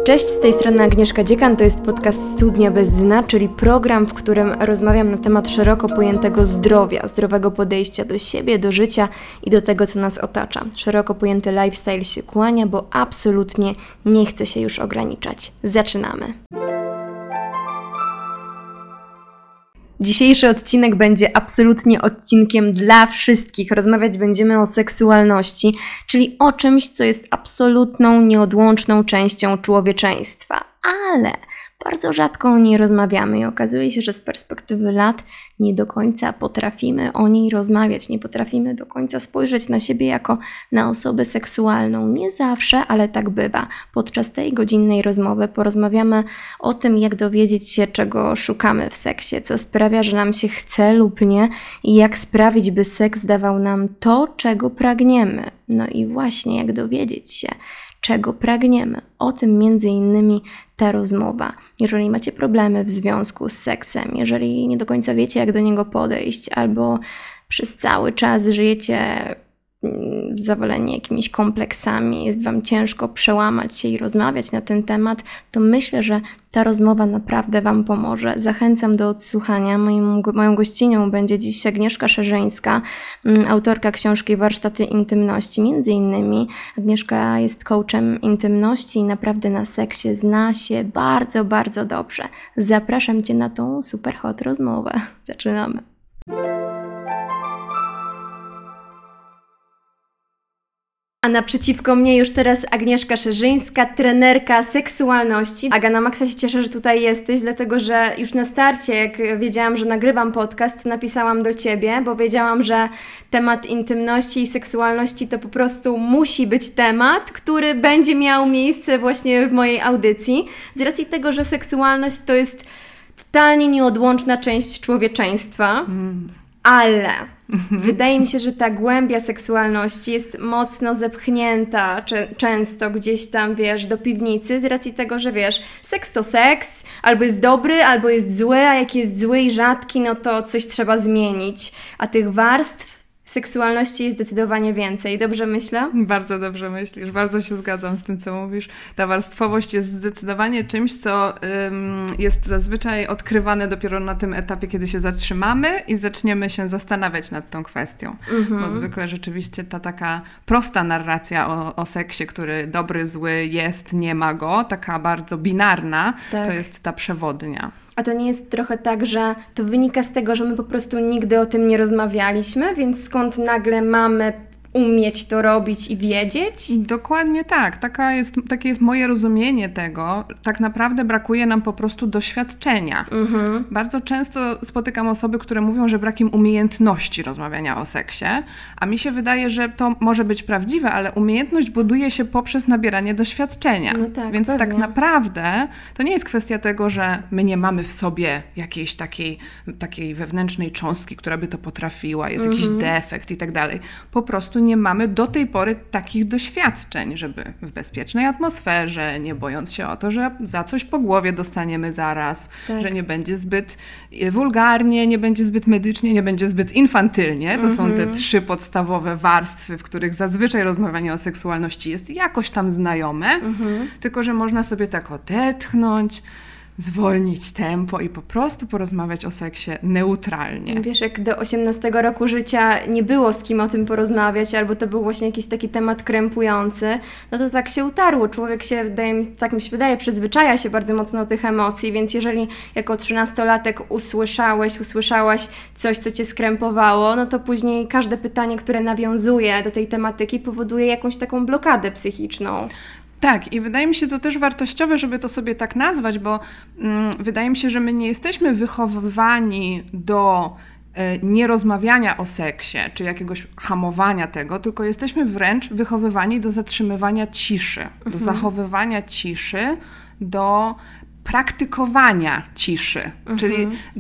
Cześć, z tej strony Agnieszka Dziekan, to jest podcast Studnia bez dna, czyli program, w którym rozmawiam na temat szeroko pojętego zdrowia, zdrowego podejścia do siebie, do życia i do tego, co nas otacza. Szeroko pojęty lifestyle się kłania, bo absolutnie nie chce się już ograniczać. Zaczynamy! Dzisiejszy odcinek będzie absolutnie odcinkiem dla wszystkich. Rozmawiać będziemy o seksualności, czyli o czymś, co jest absolutną, nieodłączną częścią człowieczeństwa. Ale bardzo rzadko o niej rozmawiamy i okazuje się, że z perspektywy lat nie do końca potrafimy o niej rozmawiać. Nie potrafimy do końca spojrzeć na siebie jako na osobę seksualną. Nie zawsze, ale tak bywa. Podczas tej godzinnej rozmowy porozmawiamy o tym, jak dowiedzieć się, czego szukamy w seksie, co sprawia, że nam się chce lub nie i jak sprawić, by seks dawał nam to, czego pragniemy. No i właśnie jak dowiedzieć się, czego pragniemy. O tym między innymi ta rozmowa. Jeżeli macie problemy w związku z seksem, jeżeli nie do końca wiecie, jak do niego podejść, albo przez cały czas żyjecie zawaleni jakimiś kompleksami, jest Wam ciężko przełamać się i rozmawiać na ten temat, to myślę, że ta rozmowa naprawdę Wam pomoże. Zachęcam do odsłuchania. Moją gościnią będzie dziś Agnieszka Szerzyńska, autorka książki Warsztaty Intymności. Między innymi Agnieszka jest coachem intymności i naprawdę na seksie zna się bardzo, bardzo dobrze. Zapraszam Cię na tą super hot rozmowę. Zaczynamy. A naprzeciwko mnie już teraz Agnieszka Szerzyńska, trenerka seksualności. Aga, na maksa się cieszę, że tutaj jesteś, dlatego że już na starcie, jak wiedziałam, że nagrywam podcast, napisałam do Ciebie, bo wiedziałam, że temat intymności i seksualności to po prostu musi być temat, który będzie miał miejsce właśnie w mojej audycji. Z racji tego, że seksualność to jest totalnie nieodłączna część człowieczeństwa, ale wydaje mi się, że ta głębia seksualności jest mocno zepchnięta często gdzieś tam, do piwnicy z racji tego, że seks to seks, albo jest dobry, albo jest zły, a jak jest zły i rzadki, no to coś trzeba zmienić. A tych warstw seksualności jest zdecydowanie więcej. Dobrze myślę? Bardzo dobrze myślisz, bardzo się zgadzam z tym, co mówisz. Ta warstwowość jest zdecydowanie czymś, co jest zazwyczaj odkrywane dopiero na tym etapie, kiedy się zatrzymamy i zaczniemy się zastanawiać nad tą kwestią. Bo zwykle rzeczywiście ta taka prosta narracja o seksie, który dobry, zły jest, nie ma go, taka bardzo binarna, tak. To jest ta przewodnia. A to nie jest trochę tak, że to wynika z tego, że my po prostu nigdy o tym nie rozmawialiśmy, więc skąd nagle mamy umieć to robić i wiedzieć? Dokładnie tak. Takie jest moje rozumienie tego. Tak naprawdę brakuje nam po prostu doświadczenia. Bardzo często spotykam osoby, które mówią, że brak im umiejętności rozmawiania o seksie, a mi się wydaje, że to może być prawdziwe, ale umiejętność buduje się poprzez nabieranie doświadczenia. No tak, więc pewnie. Tak naprawdę to nie jest kwestia tego, że my nie mamy w sobie jakiejś takiej wewnętrznej cząstki, która by to potrafiła, jest jakiś defekt i tak dalej. Po prostu nie mamy do tej pory takich doświadczeń, żeby w bezpiecznej atmosferze, nie bojąc się o to, że za coś po głowie dostaniemy zaraz, tak. Że nie będzie zbyt wulgarnie, nie będzie zbyt medycznie, nie będzie zbyt infantylnie. To są te 3 podstawowe warstwy, w których zazwyczaj rozmawianie o seksualności jest jakoś tam znajome, tylko że można sobie tak odetchnąć, zwolnić tempo i po prostu porozmawiać o seksie neutralnie. Jak do 18 roku życia nie było z kim o tym porozmawiać, albo to był właśnie jakiś taki temat krępujący, no to tak się utarło. Człowiek się, tak mi się wydaje, przyzwyczaja się bardzo mocno do tych emocji, więc jeżeli jako 13-latek usłyszałaś coś, co Cię skrępowało, no to później każde pytanie, które nawiązuje do tej tematyki, powoduje jakąś taką blokadę psychiczną. Tak, i wydaje mi się to też wartościowe, żeby to sobie tak nazwać, bo wydaje mi się, że my nie jesteśmy wychowywani do nierozmawiania o seksie, czy jakiegoś hamowania tego, tylko jesteśmy wręcz wychowywani do zatrzymywania ciszy, do zachowywania ciszy, do praktykowania ciszy, czyli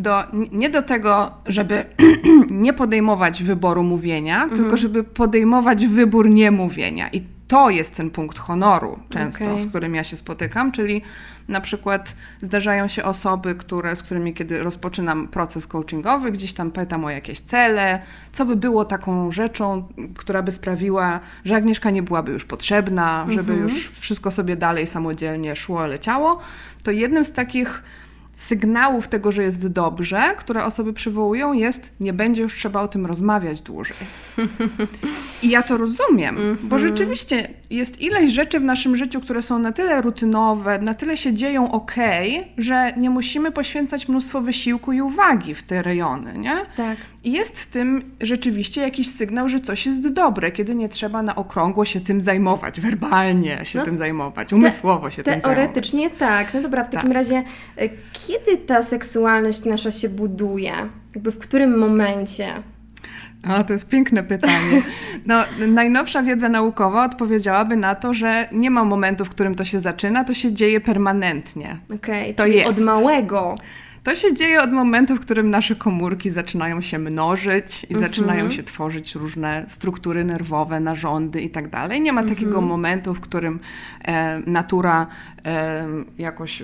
nie do tego, żeby nie podejmować wyboru mówienia, tylko żeby podejmować wybór niemówienia. I to jest ten punkt honoru często, z którym ja się spotykam, czyli na przykład zdarzają się osoby, z którymi kiedy rozpoczynam proces coachingowy, gdzieś tam pytam o jakieś cele, co by było taką rzeczą, która by sprawiła, że Agnieszka nie byłaby już potrzebna, żeby już wszystko sobie dalej samodzielnie szło, leciało, to jednym z takich sygnałów tego, że jest dobrze, które osoby przywołują, jest: nie będzie już trzeba o tym rozmawiać dłużej. I ja to rozumiem, bo rzeczywiście jest ileś rzeczy w naszym życiu, które są na tyle rutynowe, na tyle się dzieją że nie musimy poświęcać mnóstwo wysiłku i uwagi w te rejony, nie? Tak. I jest w tym rzeczywiście jakiś sygnał, że coś jest dobre, kiedy nie trzeba na okrągło się tym zajmować, werbalnie się tym zajmować, umysłowo się tym zajmować. Teoretycznie tak. No dobra, w takim razie kiedy ta seksualność nasza się buduje? Jakby w którym momencie? To jest piękne pytanie. Najnowsza wiedza naukowa odpowiedziałaby na to, że nie ma momentu, w którym to się zaczyna, to się dzieje permanentnie. Czyli od małego. To się dzieje od momentu, w którym nasze komórki zaczynają się mnożyć i zaczynają się tworzyć różne struktury nerwowe, narządy i tak dalej. Nie ma takiego momentu, w którym natura jakoś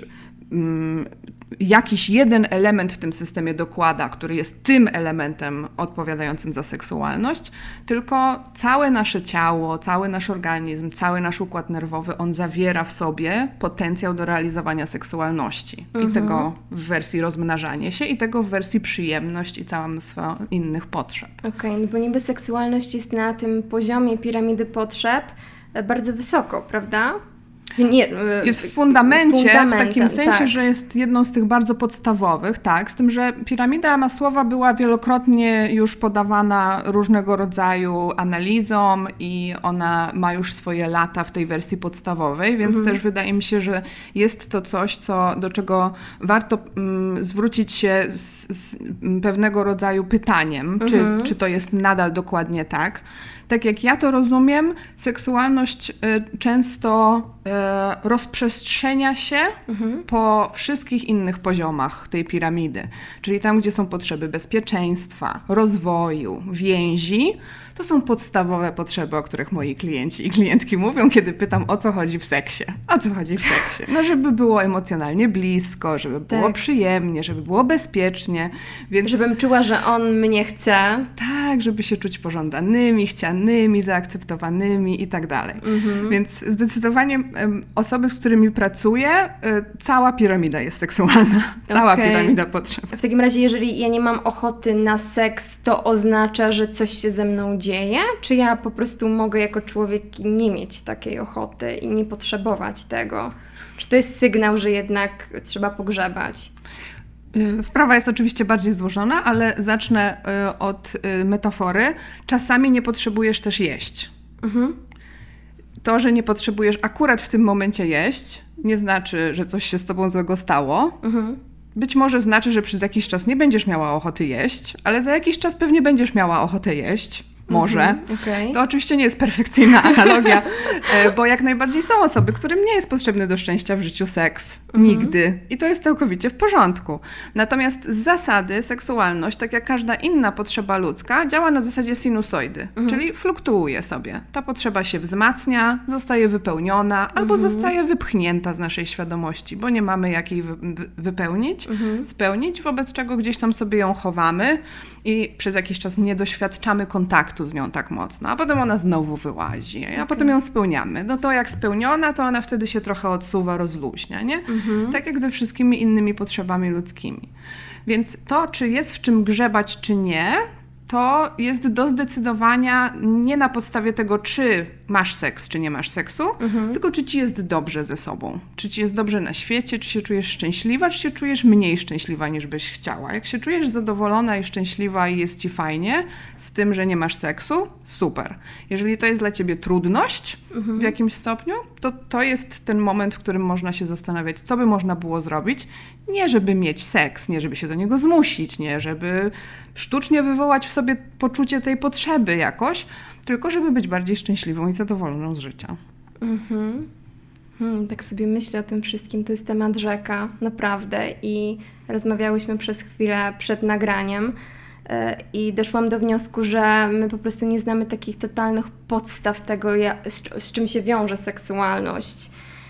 jakiś jeden element w tym systemie dokłada, który jest tym elementem odpowiadającym za seksualność, tylko całe nasze ciało, cały nasz organizm, cały nasz układ nerwowy, on zawiera w sobie potencjał do realizowania seksualności. I tego w wersji rozmnażanie się, i tego w wersji przyjemność i całe mnóstwo innych potrzeb. No bo niby seksualność jest na tym poziomie piramidy potrzeb bardzo wysoko, prawda? Jest w fundamencie, w takim sensie, że jest jedną z tych bardzo podstawowych, z tym, że piramida Masłowa była wielokrotnie już podawana różnego rodzaju analizom i ona ma już swoje lata w tej wersji podstawowej, więc też wydaje mi się, że jest to coś, do czego warto zwrócić się z pewnego rodzaju pytaniem, czy to jest nadal dokładnie tak. Tak jak ja to rozumiem, seksualność często rozprzestrzenia się po wszystkich innych poziomach tej piramidy. Czyli tam, gdzie są potrzeby bezpieczeństwa, rozwoju, więzi, to są podstawowe potrzeby, o których moi klienci i klientki mówią, kiedy pytam, o co chodzi w seksie. O co chodzi w seksie? Żeby było emocjonalnie blisko, żeby było przyjemnie, żeby było bezpiecznie. Więc... Żebym czuła, że on mnie chce. Tak, żeby się czuć pożądanymi, chcianymi, zaakceptowanymi i tak dalej. Więc zdecydowanie osoby, z którymi pracuję, cała piramida jest seksualna. Cała piramida potrzeb. W takim razie, jeżeli ja nie mam ochoty na seks, to oznacza, że coś się ze mną dzieje? Czy ja po prostu mogę jako człowiek nie mieć takiej ochoty i nie potrzebować tego? Czy to jest sygnał, że jednak trzeba pogrzebać? Sprawa jest oczywiście bardziej złożona, ale zacznę od metafory. Czasami nie potrzebujesz też jeść. To, że nie potrzebujesz akurat w tym momencie jeść, nie znaczy, że coś się z tobą złego stało. Być może znaczy, że przez jakiś czas nie będziesz miała ochoty jeść, ale za jakiś czas pewnie będziesz miała ochotę jeść. Może. To oczywiście nie jest perfekcyjna analogia, bo jak najbardziej są osoby, którym nie jest potrzebny do szczęścia w życiu seks. Nigdy. I to jest całkowicie w porządku. Natomiast z zasady seksualność, tak jak każda inna potrzeba ludzka, działa na zasadzie sinusoidy, czyli fluktuuje sobie. Ta potrzeba się wzmacnia, zostaje wypełniona albo zostaje wypchnięta z naszej świadomości, bo nie mamy jak jej spełnić, wobec czego gdzieś tam sobie ją chowamy i przez jakiś czas nie doświadczamy kontaktu z nią tak mocno, a potem ona znowu wyłazi, a potem ją spełniamy. No to jak spełniona, to ona wtedy się trochę odsuwa, rozluźnia, nie? Tak jak ze wszystkimi innymi potrzebami ludzkimi. Więc to, czy jest w czym grzebać, czy nie, to jest do zdecydowania nie na podstawie tego, czy masz seks, czy nie masz seksu, tylko czy ci jest dobrze ze sobą. Czy ci jest dobrze na świecie, czy się czujesz szczęśliwa, czy się czujesz mniej szczęśliwa niż byś chciała. Jak się czujesz zadowolona i szczęśliwa i jest ci fajnie z tym, że nie masz seksu, super. Jeżeli to jest dla ciebie trudność w jakimś stopniu, to jest ten moment, w którym można się zastanawiać, co by można było zrobić. Nie żeby mieć seks, nie żeby się do niego zmusić, nie żeby sztucznie wywołać w sobie poczucie tej potrzeby jakoś, tylko żeby być bardziej szczęśliwą i zadowoloną z życia. Tak sobie myślę o tym wszystkim. To jest temat rzeka, naprawdę. I rozmawiałyśmy przez chwilę przed nagraniem. I doszłam do wniosku, że my po prostu nie znamy takich totalnych podstaw tego, z czym się wiąże seksualność.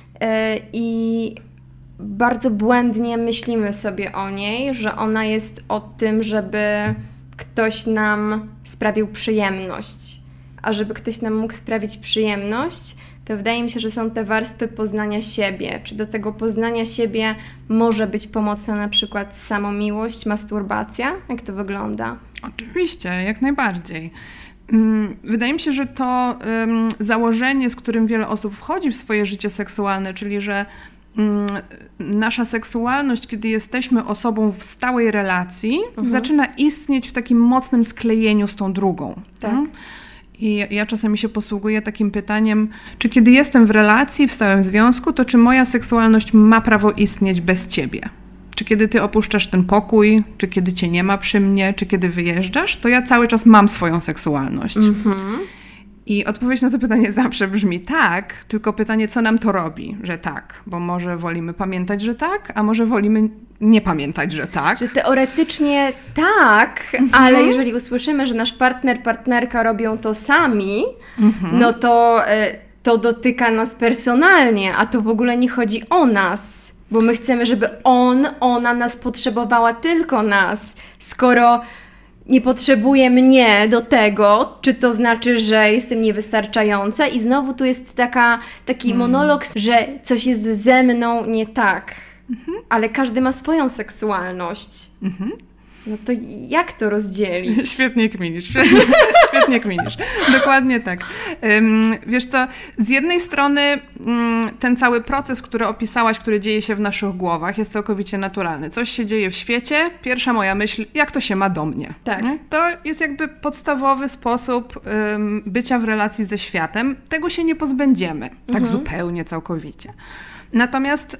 I bardzo błędnie myślimy sobie o niej, że ona jest o tym, żeby ktoś nam sprawił przyjemność. A żeby ktoś nam mógł sprawić przyjemność, to wydaje mi się, że są te warstwy poznania siebie. Czy do tego poznania siebie może być pomocna na przykład samomiłość, masturbacja? Jak to wygląda? Oczywiście, jak najbardziej. Wydaje mi się, że to założenie, z którym wiele osób wchodzi w swoje życie seksualne, czyli że nasza seksualność, kiedy jesteśmy osobą w stałej relacji, zaczyna istnieć w takim mocnym sklejeniu z tą drugą. Tak. I ja czasami się posługuję takim pytaniem, czy kiedy jestem w relacji, w stałym związku, to czy moja seksualność ma prawo istnieć bez ciebie? Czy kiedy ty opuszczasz ten pokój, czy kiedy cię nie ma przy mnie, czy kiedy wyjeżdżasz, to ja cały czas mam swoją seksualność. I odpowiedź na to pytanie zawsze brzmi tak, tylko pytanie, co nam to robi, że tak, bo może wolimy pamiętać, że tak, a może wolimy nie pamiętać, że tak. Że teoretycznie tak, ale jeżeli usłyszymy, że nasz partner, partnerka robią to sami, no to dotyka nas personalnie, a to w ogóle nie chodzi o nas, bo my chcemy, żeby ona nas potrzebowała, tylko nas. Skoro nie potrzebuje mnie do tego, czy to znaczy, że jestem niewystarczająca? I znowu tu jest taki monolog, że coś jest ze mną nie tak. Ale każdy ma swoją seksualność. No to jak to rozdzielić? Świetnie kminisz. Świetnie kminisz. Dokładnie tak. Wiesz co, z jednej strony ten cały proces, który opisałaś, który dzieje się w naszych głowach, jest całkowicie naturalny. Coś się dzieje w świecie, pierwsza moja myśl, jak to się ma do mnie? Tak. Nie? To jest jakby podstawowy sposób bycia w relacji ze światem. Tego się nie pozbędziemy. Tak zupełnie, całkowicie. Natomiast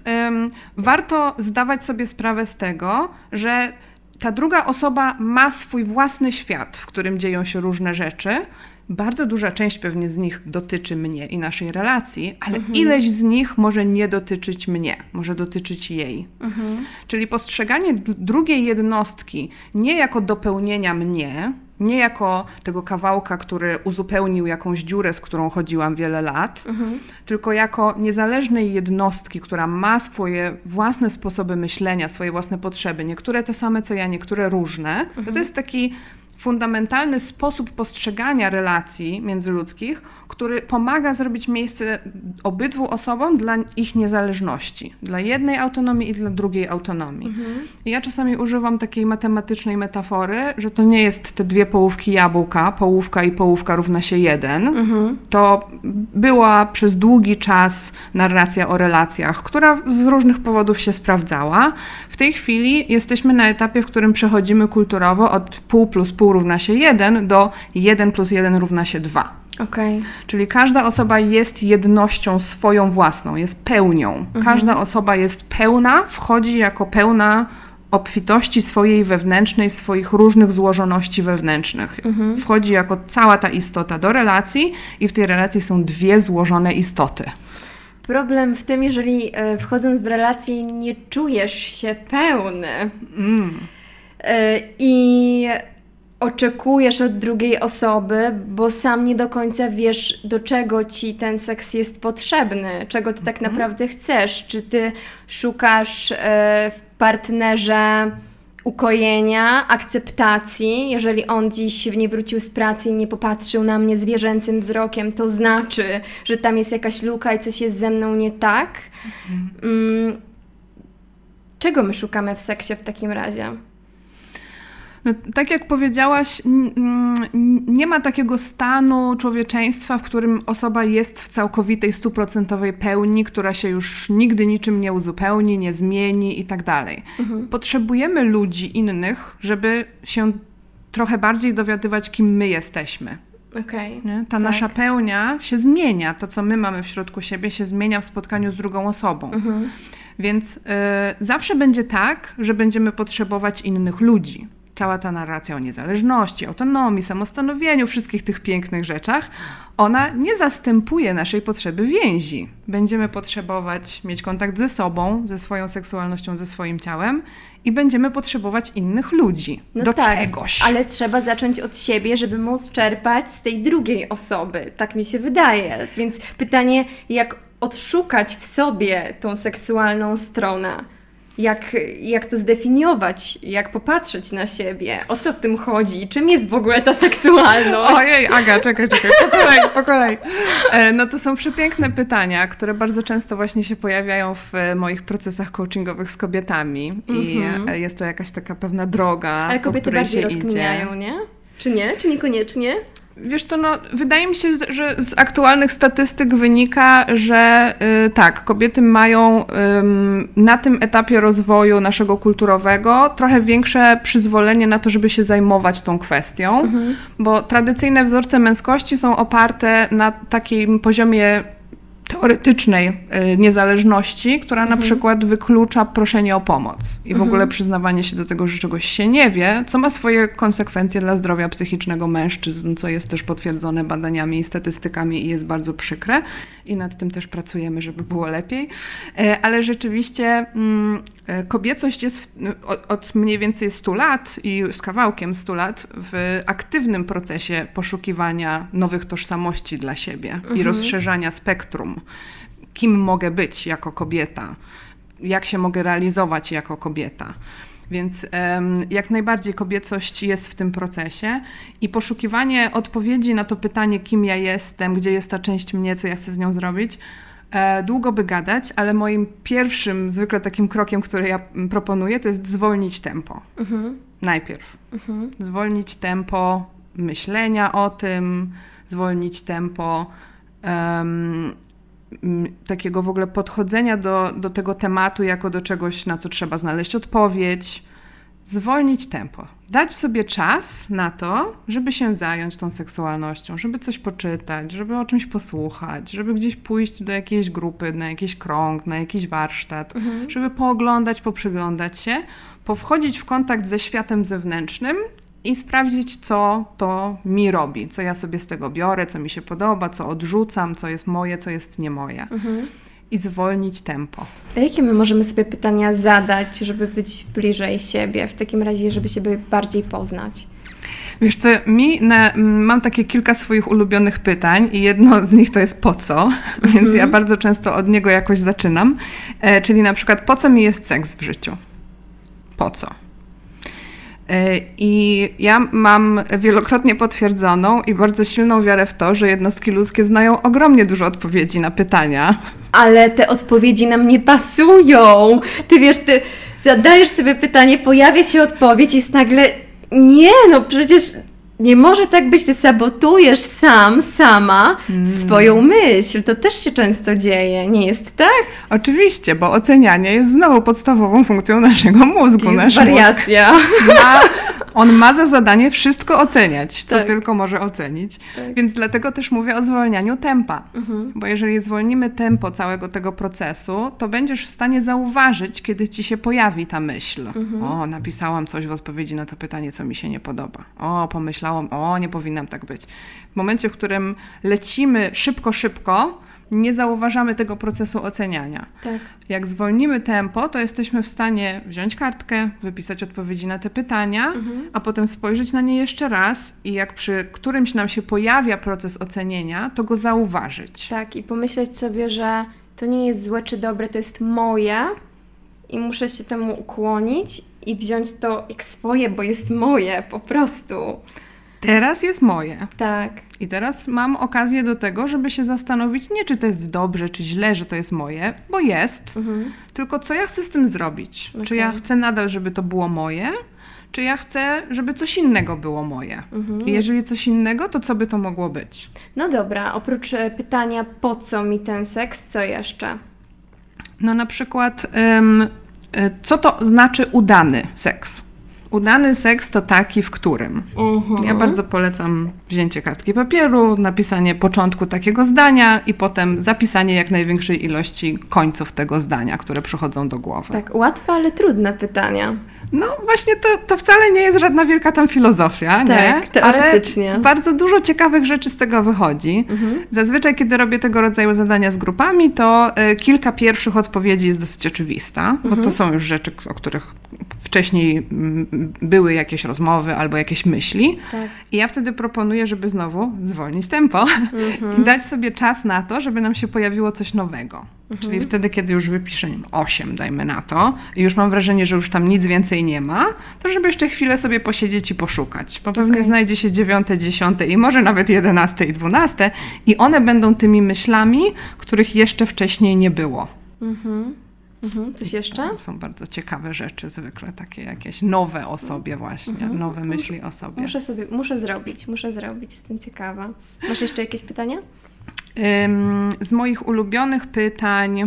warto zdawać sobie sprawę z tego, że ta druga osoba ma swój własny świat, w którym dzieją się różne rzeczy. Bardzo duża część pewnie z nich dotyczy mnie i naszej relacji, ale ileś z nich może nie dotyczyć mnie, może dotyczyć jej. Czyli postrzeganie drugiej jednostki nie jako dopełnienia mnie, nie jako tego kawałka, który uzupełnił jakąś dziurę, z którą chodziłam wiele lat, tylko jako niezależnej jednostki, która ma swoje własne sposoby myślenia, swoje własne potrzeby, niektóre te same co ja, niektóre różne, to jest taki fundamentalny sposób postrzegania relacji międzyludzkich, który pomaga zrobić miejsce obydwu osobom dla ich niezależności. Dla jednej autonomii i dla drugiej autonomii. I ja czasami używam takiej matematycznej metafory, że to nie jest te dwie połówki jabłka, połówka i połówka równa się 1. To była przez długi czas narracja o relacjach, która z różnych powodów się sprawdzała. W tej chwili jesteśmy na etapie, w którym przechodzimy kulturowo od pół plus pół równa się 1 do 1 plus 1 równa się 2. Okay. Czyli każda osoba jest jednością swoją własną, jest pełnią. Każda osoba jest pełna, wchodzi jako pełna obfitości swojej wewnętrznej, swoich różnych złożoności wewnętrznych. Wchodzi jako cała ta istota do relacji i w tej relacji są dwie złożone istoty. Problem w tym, jeżeli wchodząc w relację nie czujesz się pełny i oczekujesz od drugiej osoby, bo sam nie do końca wiesz, do czego ci ten seks jest potrzebny, czego ty tak naprawdę chcesz. Czy ty szukasz w partnerze ukojenia, akceptacji. Jeżeli on dziś nie wrócił z pracy i nie popatrzył na mnie zwierzęcym wzrokiem, to znaczy, że tam jest jakaś luka i coś jest ze mną nie tak. Czego my szukamy w seksie w takim razie? No, tak jak powiedziałaś, nie ma takiego stanu człowieczeństwa, w którym osoba jest w całkowitej, 100% pełni, która się już nigdy niczym nie uzupełni, nie zmieni i tak dalej. Potrzebujemy ludzi innych, żeby się trochę bardziej dowiadywać, kim my jesteśmy. Okay, Ta nasza pełnia się zmienia. To, co my mamy w środku siebie, się zmienia w spotkaniu z drugą osobą. Więc zawsze będzie tak, że będziemy potrzebować innych ludzi. cała ta narracja o niezależności, autonomii, samostanowieniu, wszystkich tych pięknych rzeczach, ona nie zastępuje naszej potrzeby więzi. Będziemy potrzebować mieć kontakt ze sobą, ze swoją seksualnością, ze swoim ciałem i będziemy potrzebować innych ludzi do czegoś. Ale trzeba zacząć od siebie, żeby móc czerpać z tej drugiej osoby. Tak mi się wydaje. Więc pytanie, jak odszukać w sobie tą seksualną stronę? Jak to zdefiniować? Jak popatrzeć na siebie? O co w tym chodzi? Czym jest w ogóle ta seksualność? Ojej, Aga, czekaj, po kolei. No to są przepiękne pytania, które bardzo często właśnie się pojawiają w moich procesach coachingowych z kobietami. I jest to jakaś taka pewna droga, ale kobiety bardziej rozkminiają, nie? Czy nie? Czy niekoniecznie? Wiesz co, wydaje mi się, że z aktualnych statystyk wynika, że tak, kobiety mają na tym etapie rozwoju naszego kulturowego trochę większe przyzwolenie na to, żeby się zajmować tą kwestią, bo tradycyjne wzorce męskości są oparte na takim poziomie teoretycznej niezależności, która na przykład wyklucza proszenie o pomoc i w ogóle przyznawanie się do tego, że czegoś się nie wie, co ma swoje konsekwencje dla zdrowia psychicznego mężczyzn, co jest też potwierdzone badaniami i statystykami i jest bardzo przykre i nad tym też pracujemy, żeby było lepiej, ale rzeczywiście kobiecość jest od mniej więcej 100 lat i z kawałkiem 100 lat w aktywnym procesie poszukiwania nowych tożsamości dla siebie i rozszerzania spektrum. Kim mogę być jako kobieta? Jak się mogę realizować jako kobieta? Więc jak najbardziej kobiecość jest w tym procesie i poszukiwanie odpowiedzi na to pytanie, kim ja jestem, gdzie jest ta część mnie, co ja chcę z nią zrobić, długo by gadać, ale moim pierwszym zwykle takim krokiem, który ja proponuję, to jest zwolnić tempo. Najpierw. Zwolnić tempo myślenia o tym, zwolnić tempo takiego w ogóle podchodzenia do tego tematu jako do czegoś, na co trzeba znaleźć odpowiedź. Zwolnić tempo. Dać sobie czas na to, żeby się zająć tą seksualnością, żeby coś poczytać, żeby o czymś posłuchać, żeby gdzieś pójść do jakiejś grupy, na jakiś krąg, na jakiś warsztat, żeby pooglądać, poprzyglądać się, powchodzić w kontakt ze światem zewnętrznym i sprawdzić, co to mi robi, co ja sobie z tego biorę, co mi się podoba, co odrzucam, co jest moje, co jest nie moje. I zwolnić tempo. A jakie my możemy sobie pytania zadać, żeby być bliżej siebie, w takim razie, żeby siebie bardziej poznać? Wiesz co, mam takie kilka swoich ulubionych pytań i jedno z nich to jest po co, więc ja bardzo często od niego jakoś zaczynam. Czyli na przykład, po co mi jest seks w życiu? Po co? I ja mam wielokrotnie potwierdzoną i bardzo silną wiarę w to, że jednostki ludzkie znają ogromnie dużo odpowiedzi na pytania. Ale te odpowiedzi nam nie pasują. Ty wiesz, ty zadajesz sobie pytanie, pojawia się odpowiedź i jest nagle przecież nie może tak być, ty sabotujesz sama swoją myśl. To też się często dzieje, nie jest tak? Oczywiście, bo ocenianie jest znowu podstawową funkcją naszego mózgu. To jest wariacja. On ma za zadanie wszystko oceniać, co tylko może ocenić. Tak. Więc dlatego też mówię o zwolnianiu tempa. Bo jeżeli zwolnimy tempo całego tego procesu, to będziesz w stanie zauważyć, kiedy ci się pojawi ta myśl. O, napisałam coś w odpowiedzi na to pytanie, co mi się nie podoba. O, pomyślałam, nie powinnam tak być. W momencie, w którym lecimy szybko, nie zauważamy tego procesu oceniania. Tak. Jak zwolnimy tempo, to jesteśmy w stanie wziąć kartkę, wypisać odpowiedzi na te pytania, a potem spojrzeć na nie jeszcze raz i jak przy którymś nam się pojawia proces ocenienia, to go zauważyć. Tak, i pomyśleć sobie, że to nie jest złe czy dobre, to jest moje i muszę się temu ukłonić i wziąć to jak swoje, bo jest moje po prostu. Teraz jest moje. Tak. I teraz mam okazję do tego, żeby się zastanowić, nie czy to jest dobrze, czy źle, że to jest moje, bo jest, tylko co ja chcę z tym zrobić. Okay. Czy ja chcę nadal, żeby to było moje, czy ja chcę, żeby coś innego było moje. I jeżeli coś innego, to co by to mogło być? No dobra, oprócz pytania, po co mi ten seks, co jeszcze? No na przykład, co to znaczy udany seks? Udany seks to taki, w którym. Ja bardzo polecam wzięcie kartki papieru, napisanie początku takiego zdania i potem zapisanie jak największej ilości końców tego zdania, które przychodzą do głowy. Tak, łatwe, ale trudne pytania. No właśnie to wcale nie jest żadna wielka tam filozofia, tak, nie? teoretycznie. Ale bardzo dużo ciekawych rzeczy z tego wychodzi. Zazwyczaj, kiedy robię tego rodzaju zadania z grupami, to kilka pierwszych odpowiedzi jest dosyć oczywista, bo to są już rzeczy, o których wcześniej były jakieś rozmowy albo jakieś myśli. Tak. I ja wtedy proponuję, żeby znowu zwolnić tempo i dać sobie czas na to, żeby nam się pojawiło coś nowego. Czyli wtedy, kiedy już wypiszę 8, dajmy na to, i już mam wrażenie, że już tam nic więcej nie ma, to żeby jeszcze chwilę sobie posiedzieć i poszukać. Bo pewnie znajdzie się 9, 10 i może nawet 11 i 12 i one będą tymi myślami, których jeszcze wcześniej nie było. Coś jeszcze? Są bardzo ciekawe rzeczy zwykle, takie jakieś nowe o sobie właśnie, nowe myśli o sobie. Muszę zrobić, jestem ciekawa. Masz jeszcze jakieś pytania? Z moich ulubionych pytań,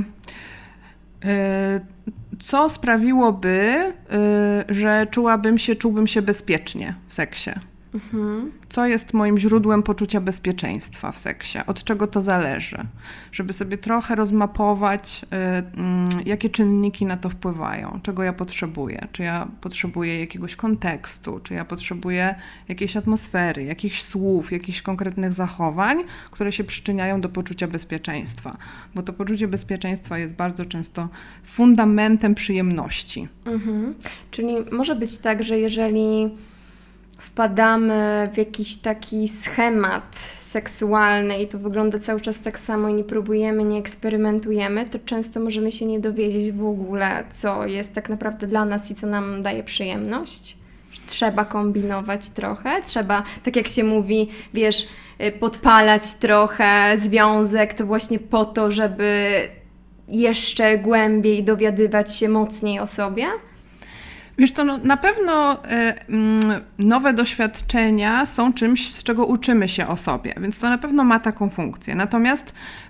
co sprawiłoby, że czułbym się bezpiecznie w seksie? Co jest moim źródłem poczucia bezpieczeństwa w seksie? Od czego to zależy? Żeby sobie trochę rozmapować, jakie czynniki na to wpływają, czego ja potrzebuję. Czy ja potrzebuję jakiegoś kontekstu, czy ja potrzebuję jakiejś atmosfery, jakichś słów, jakichś konkretnych zachowań, które się przyczyniają do poczucia bezpieczeństwa. Bo to poczucie bezpieczeństwa jest bardzo często fundamentem przyjemności. Czyli może być tak, że jeżeli wpadamy w jakiś taki schemat seksualny i to wygląda cały czas tak samo i nie próbujemy, nie eksperymentujemy, to często możemy się nie dowiedzieć w ogóle, co jest tak naprawdę dla nas i co nam daje przyjemność. Trzeba kombinować trochę, trzeba, tak jak się mówi, wiesz, podpalać trochę związek, to właśnie po to, żeby jeszcze głębiej dowiadywać się mocniej o sobie. Wiesz co, no, na pewno nowe doświadczenia są czymś, z czego uczymy się o sobie, więc to na pewno ma taką funkcję. Natomiast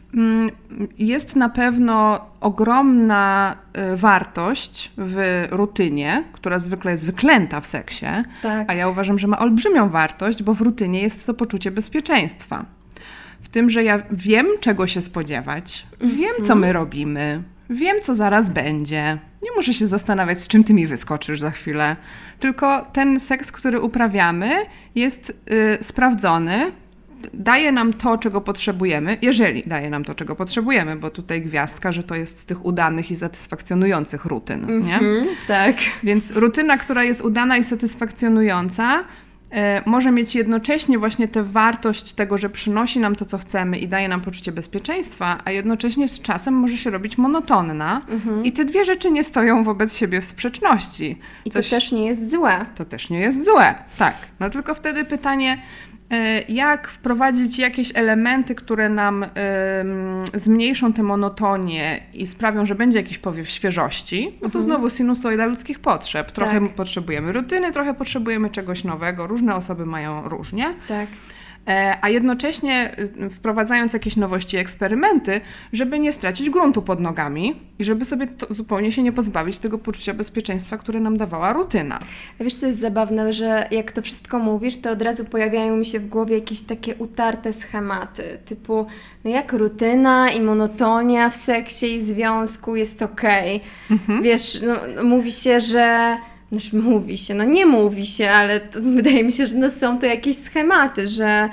jest na pewno ogromna wartość w rutynie, która zwykle jest wyklęta w seksie, tak. A ja uważam, że ma olbrzymią wartość, bo w rutynie jest to poczucie bezpieczeństwa. W tym, że ja wiem, czego się spodziewać, wiem, co my robimy, wiem, co zaraz będzie. Nie muszę się zastanawiać, z czym ty mi wyskoczysz za chwilę. Tylko ten seks, który uprawiamy, jest sprawdzony, daje nam to, czego potrzebujemy, jeżeli daje nam to, czego potrzebujemy, bo tutaj gwiazdka, że to jest z tych udanych i satysfakcjonujących rutyn, nie? Tak. Więc rutyna, która jest udana i satysfakcjonująca, może mieć jednocześnie właśnie tę wartość tego, że przynosi nam to, co chcemy i daje nam poczucie bezpieczeństwa, a jednocześnie z czasem może się robić monotonna i te dwie rzeczy nie stoją wobec siebie w sprzeczności. I to też nie jest złe. To też nie jest złe, tak. No tylko wtedy pytanie, jak wprowadzić jakieś elementy, które nam zmniejszą tę monotonię i sprawią, że będzie jakiś powiew świeżości, no to znowu sinusoida ludzkich potrzeb. Trochę potrzebujemy rutyny, trochę potrzebujemy czegoś nowego. Różne osoby mają różnie. Tak. A jednocześnie wprowadzając jakieś nowości i eksperymenty, żeby nie stracić gruntu pod nogami i żeby sobie zupełnie się nie pozbawić tego poczucia bezpieczeństwa, które nam dawała rutyna. A wiesz, co jest zabawne, że jak to wszystko mówisz, to od razu pojawiają mi się w głowie jakieś takie utarte schematy, typu no jak rutyna i monotonia w seksie i związku jest okej. Wiesz, no, mówi się, że... nie mówi się, ale wydaje mi się, że no są to jakieś schematy, że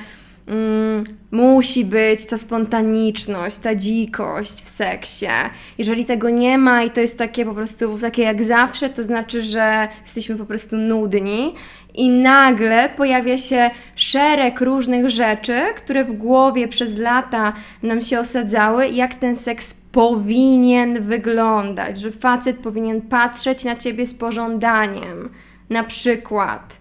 musi być ta spontaniczność, ta dzikość w seksie. Jeżeli tego nie ma i to jest takie po prostu takie jak zawsze, to znaczy, że jesteśmy po prostu nudni i nagle pojawia się szereg różnych rzeczy, które w głowie przez lata nam się osadzały, jak ten seks powinien wyglądać, że facet powinien patrzeć na ciebie z pożądaniem, na przykład.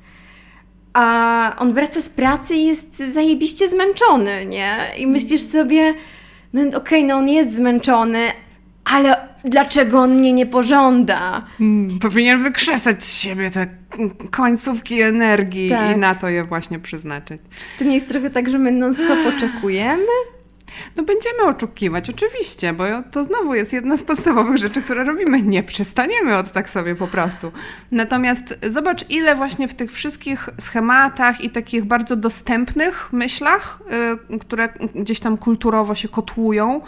A on wraca z pracy i jest zajebiście zmęczony, nie? I myślisz sobie, no okej, no on jest zmęczony, ale dlaczego on mnie nie pożąda? Powinien wykrzesać z siebie te końcówki energii tak. I na to je właśnie przeznaczyć. To nie jest trochę tak, że my non-stop oczekujemy? No będziemy oczekiwać, oczywiście, bo to znowu jest jedna z podstawowych rzeczy, które robimy. Nie przestaniemy od tak sobie po prostu. Natomiast zobacz, ile właśnie w tych wszystkich schematach i takich bardzo dostępnych myślach, które gdzieś tam kulturowo się kotłują,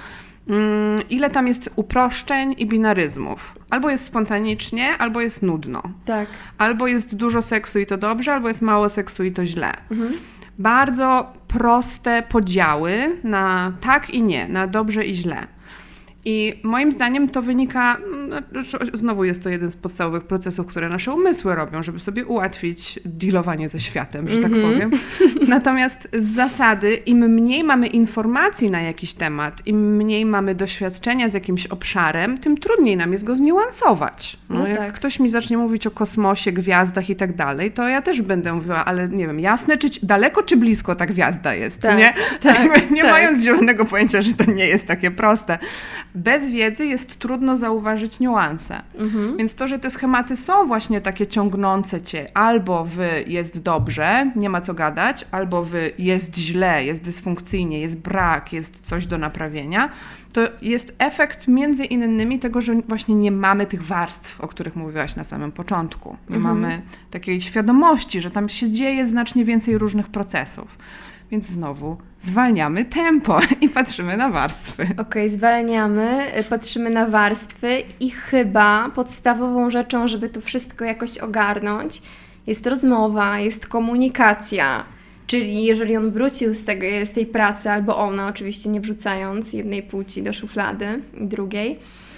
ile tam jest uproszczeń i binaryzmów. Albo jest spontanicznie, albo jest nudno. Tak. Albo jest dużo seksu i to dobrze, albo jest mało seksu i to źle. Bardzo proste podziały na tak i nie, na dobrze i źle. I moim zdaniem to wynika, znowu jest to jeden z podstawowych procesów, które nasze umysły robią, żeby sobie ułatwić dealowanie ze światem, że tak powiem. Natomiast z zasady, im mniej mamy informacji na jakiś temat, im mniej mamy doświadczenia z jakimś obszarem, tym trudniej nam jest go zniuansować. Jak ktoś mi zacznie mówić o kosmosie, gwiazdach i tak dalej, to ja też będę mówiła, ale nie wiem, jasne, czy daleko, czy blisko ta gwiazda jest, tak, nie? Tak, mając zielonego pojęcia, że to nie jest takie proste. Bez wiedzy jest trudno zauważyć niuanse. Więc to, że te schematy są właśnie takie ciągnące cię, albo w jest dobrze, nie ma co gadać, albo w jest źle, jest dysfunkcyjnie, jest brak, jest coś do naprawienia, to jest efekt między innymi tego, że właśnie nie mamy tych warstw, o których mówiłaś na samym początku. Nie mamy takiej świadomości, że tam się dzieje znacznie więcej różnych procesów. Więc znowu zwalniamy tempo i patrzymy na warstwy. Okej, zwalniamy, patrzymy na warstwy i chyba podstawową rzeczą, żeby to wszystko jakoś ogarnąć, jest rozmowa, jest komunikacja. Czyli jeżeli on wrócił z tej pracy, albo ona, oczywiście nie wrzucając jednej płci do szuflady i drugiej,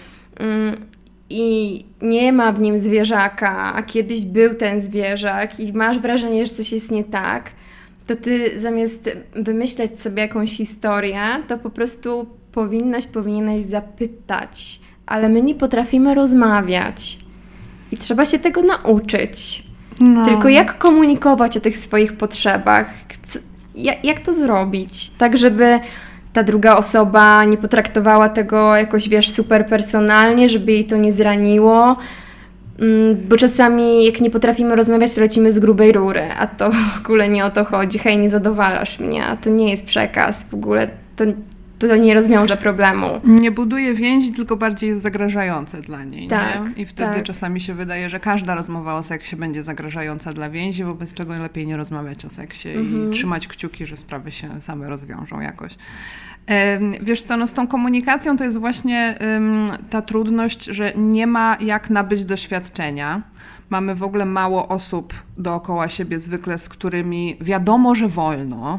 i nie ma w nim zwierzaka, a kiedyś był ten zwierzak i masz wrażenie, że coś jest nie tak, to ty zamiast wymyśleć sobie jakąś historię, to po prostu powinieneś zapytać. Ale my nie potrafimy rozmawiać i trzeba się tego nauczyć. Tylko jak komunikować o tych swoich potrzebach? Jak to zrobić? Tak, żeby ta druga osoba nie potraktowała tego jakoś, super personalnie, żeby jej to nie zraniło. Bo czasami jak nie potrafimy rozmawiać, to lecimy z grubej rury, a to w ogóle nie o to chodzi. Hej, nie zadowalasz mnie, a to nie jest przekaz. W ogóle to nie rozwiąże problemu. Nie buduje więzi, tylko bardziej jest zagrażające dla niej. Tak, nie? I wtedy czasami się wydaje, że każda rozmowa o seksie będzie zagrażająca dla więzi, wobec czego lepiej nie rozmawiać o seksie i trzymać kciuki, że sprawy się same rozwiążą jakoś. Wiesz co, z tą komunikacją to jest właśnie ta trudność, że nie ma jak nabyć doświadczenia. Mamy w ogóle mało osób dookoła siebie zwykle, z którymi wiadomo, że wolno.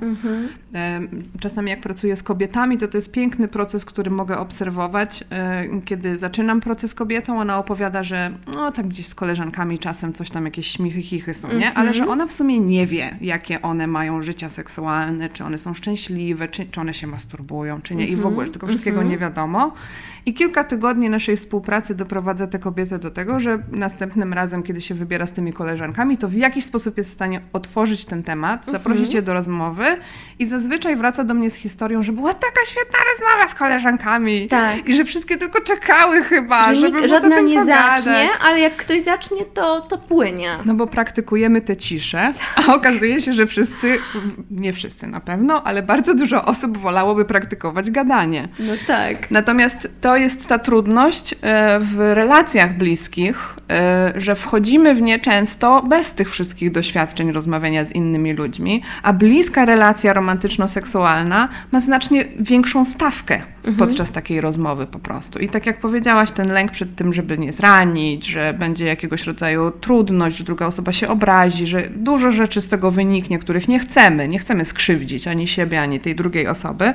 Czasami jak pracuję z kobietami, to jest piękny proces, który mogę obserwować. Kiedy zaczynam proces z kobietą, ona opowiada, że tak gdzieś z koleżankami czasem coś tam, jakieś śmichy, chichy są, nie? Ale że ona w sumie nie wie, jakie one mają życia seksualne, czy one są szczęśliwe, czy one się masturbują, czy nie. I w ogóle, że tego wszystkiego nie wiadomo. I kilka tygodni naszej współpracy doprowadza tę kobietę do tego, że następnym razem, kiedy się wybiera z tymi koleżankami, to w jakiś sposób jest w stanie otworzyć ten temat, zaprosić je do rozmowy i zazwyczaj wraca do mnie z historią, że była taka świetna rozmowa z koleżankami i że wszystkie tylko czekały chyba, żeby żadna nie pogadać. zacznie, ale jak ktoś zacznie, to płynie. No bo praktykujemy tę ciszę, a okazuje się, że wszyscy, nie wszyscy na pewno, ale bardzo dużo osób wolałoby praktykować gadanie. No tak. Natomiast to jest ta trudność w relacjach bliskich, że wchodzimy w nie często bez tych wszystkich doświadczeń rozmawiania z innymi ludźmi, a bliska relacja romantyczno-seksualna ma znacznie większą stawkę podczas takiej rozmowy po prostu. I tak jak powiedziałaś, ten lęk przed tym, żeby nie zranić, że będzie jakiegoś rodzaju trudność, że druga osoba się obrazi, że dużo rzeczy z tego wyniknie, których nie chcemy skrzywdzić ani siebie, ani tej drugiej osoby.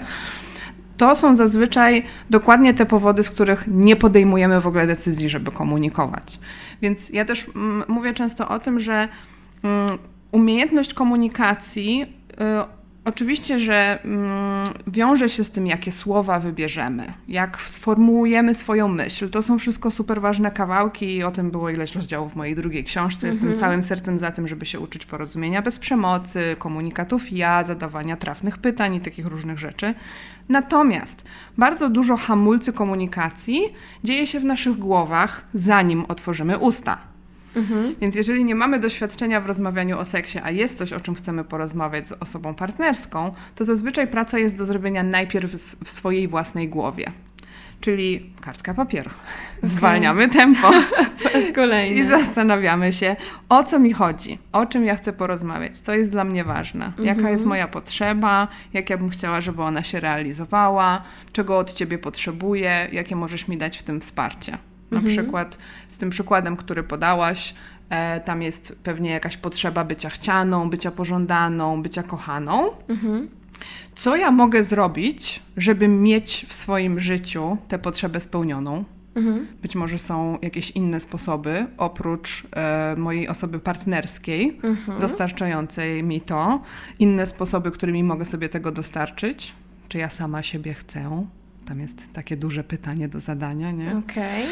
To są zazwyczaj dokładnie te powody, z których nie podejmujemy w ogóle decyzji, żeby komunikować. Więc ja też mówię często o tym, że umiejętność komunikacji oczywiście, że wiąże się z tym, jakie słowa wybierzemy, jak sformułujemy swoją myśl. To są wszystko super ważne kawałki i o tym było ileś rozdziałów w mojej drugiej książce. Jestem całym sercem za tym, żeby się uczyć porozumienia bez przemocy, komunikatów ja, zadawania trafnych pytań i takich różnych rzeczy. Natomiast bardzo dużo hamulcy komunikacji dzieje się w naszych głowach, zanim otworzymy usta. Więc jeżeli nie mamy doświadczenia w rozmawianiu o seksie, a jest coś, o czym chcemy porozmawiać z osobą partnerską, to zazwyczaj praca jest do zrobienia najpierw w swojej własnej głowie. Czyli kartka papieru. Zwalniamy tempo. Po raz kolejny. I zastanawiamy się, o co mi chodzi, o czym ja chcę porozmawiać, co jest dla mnie ważne, jaka jest moja potrzeba, jak ja bym chciała, żeby ona się realizowała, czego od ciebie potrzebuję, jakie możesz mi dać w tym wsparcie. Na przykład z tym przykładem, który podałaś, tam jest pewnie jakaś potrzeba bycia chcianą, bycia pożądaną, bycia kochaną. Co ja mogę zrobić, żeby mieć w swoim życiu tę potrzebę spełnioną? Być może są jakieś inne sposoby, oprócz mojej osoby partnerskiej, dostarczającej mi to. Inne sposoby, którymi mogę sobie tego dostarczyć. Czy ja sama siebie chcę? Tam jest takie duże pytanie do zadania, nie? Okej.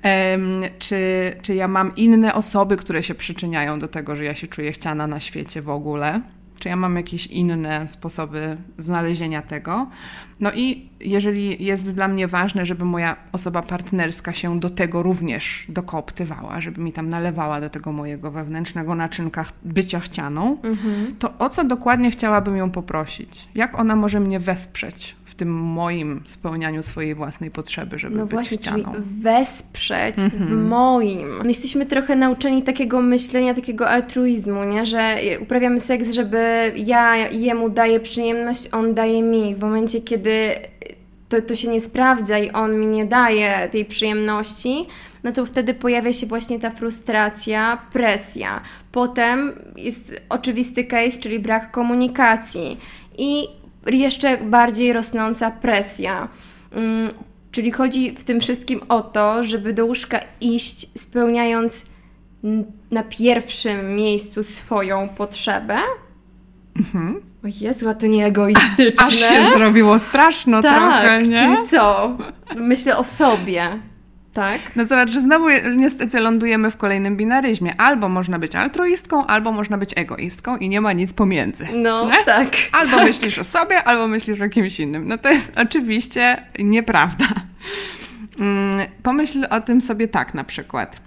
Czy ja mam inne osoby, które się przyczyniają do tego, że ja się czuję chciana na świecie w ogóle? Czy ja mam jakieś inne sposoby znalezienia tego? No i jeżeli jest dla mnie ważne, żeby moja osoba partnerska się do tego również dokooptywała, żeby mi tam nalewała do tego mojego wewnętrznego naczynka bycia chcianą, to o co dokładnie chciałabym ją poprosić? Jak ona może mnie wesprzeć w tym moim spełnianiu swojej własnej potrzeby, żeby być właśnie, chcianą? czyli wesprzeć w moim. My jesteśmy trochę nauczeni takiego myślenia, takiego altruizmu, nie? Że uprawiamy seks, żeby ja jemu daję przyjemność, on daje mi. W momencie, kiedy to się nie sprawdza i on mi nie daje tej przyjemności, no to wtedy pojawia się właśnie ta frustracja, presja. Potem jest oczywisty case, czyli brak komunikacji i jeszcze bardziej rosnąca presja. Czyli chodzi w tym wszystkim o to, żeby do łóżka iść spełniając na pierwszym miejscu swoją potrzebę. O Jezu, a to nie egoistyczne. Aż się zrobiło straszno trochę, nie? Czyli co? Myślę o sobie. Tak? No zobacz, że znowu niestety lądujemy w kolejnym binaryzmie. Albo można być altruistką, albo można być egoistką i nie ma nic pomiędzy. No, nie? tak. Albo myślisz o sobie, albo myślisz o kimś innym. No to jest oczywiście nieprawda. Pomyśl o tym sobie tak na przykład.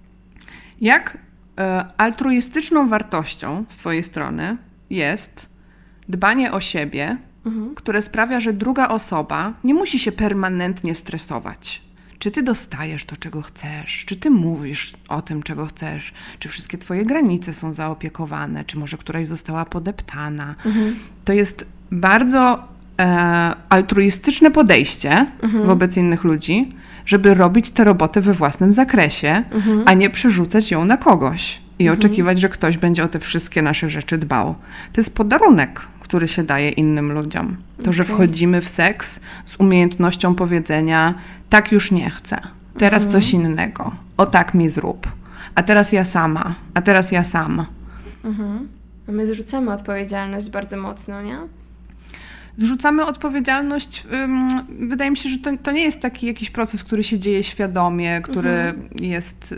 Jak altruistyczną wartością z twojej strony jest dbanie o siebie, które sprawia, że druga osoba nie musi się permanentnie stresować. Czy ty dostajesz to, czego chcesz? Czy ty mówisz o tym, czego chcesz? Czy wszystkie twoje granice są zaopiekowane? Czy może któraś została podeptana? To jest bardzo altruistyczne podejście wobec innych ludzi, żeby robić tę robotę we własnym zakresie, a nie przerzucać ją na kogoś i oczekiwać, że ktoś będzie o te wszystkie nasze rzeczy dbał. To jest podarunek, który się daje innym ludziom. To, że wchodzimy w seks z umiejętnością powiedzenia: tak już nie chcę, teraz coś innego, o tak mi zrób, a teraz ja sama, a teraz ja sam. My zrzucamy odpowiedzialność bardzo mocno, nie? Zrzucamy odpowiedzialność, wydaje mi się, że to nie jest taki jakiś proces, który się dzieje świadomie, który jest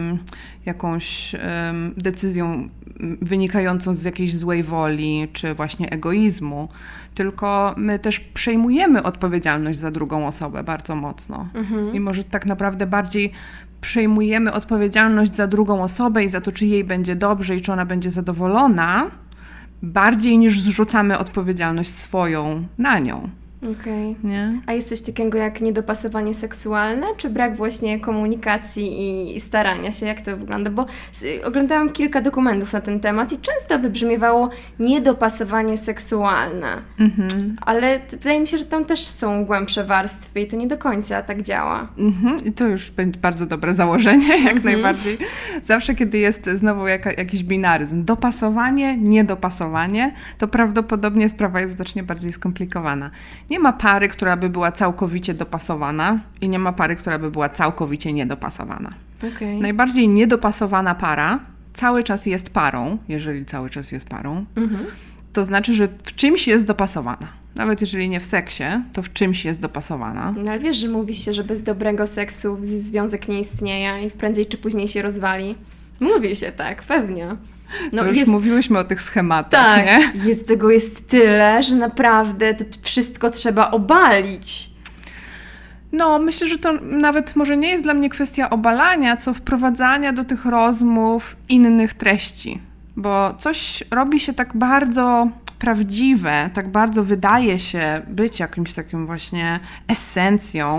jakąś decyzją wynikającą z jakiejś złej woli, czy właśnie egoizmu, tylko my też przejmujemy odpowiedzialność za drugą osobę bardzo mocno. Mimo że tak naprawdę bardziej przejmujemy odpowiedzialność za drugą osobę i za to, czy jej będzie dobrze i czy ona będzie zadowolona, bardziej niż zrzucamy odpowiedzialność swoją na nią. Okej. Nie? A jest coś takiego jak niedopasowanie seksualne, czy brak właśnie komunikacji i starania się? Jak to wygląda? Bo oglądałam kilka dokumentów na ten temat i często wybrzmiewało niedopasowanie seksualne. Ale wydaje mi się, że tam też są głębsze warstwy i to nie do końca tak działa. I to już będzie bardzo dobre założenie, jak najbardziej. Zawsze, kiedy jest znowu jakiś binaryzm, dopasowanie, niedopasowanie, to prawdopodobnie sprawa jest znacznie bardziej skomplikowana. Nie ma pary, która by była całkowicie dopasowana i nie ma pary, która by była całkowicie niedopasowana. Okay. Najbardziej niedopasowana para cały czas jest parą, jeżeli cały czas jest parą, to znaczy, że w czymś jest dopasowana. Nawet jeżeli nie w seksie, to w czymś jest dopasowana. No ale wiesz, że mówi się, że bez dobrego seksu związek nie istnieje i prędzej czy później się rozwali. Mówi się tak, pewnie. No już mówiłyśmy o tych schematach, tak, nie? Tego jest tyle, że naprawdę to wszystko trzeba obalić. No, myślę, że to nawet może nie jest dla mnie kwestia obalania, co wprowadzania do tych rozmów innych treści. Bo coś robi się tak bardzo prawdziwe, tak bardzo wydaje się być jakimś takim właśnie esencją,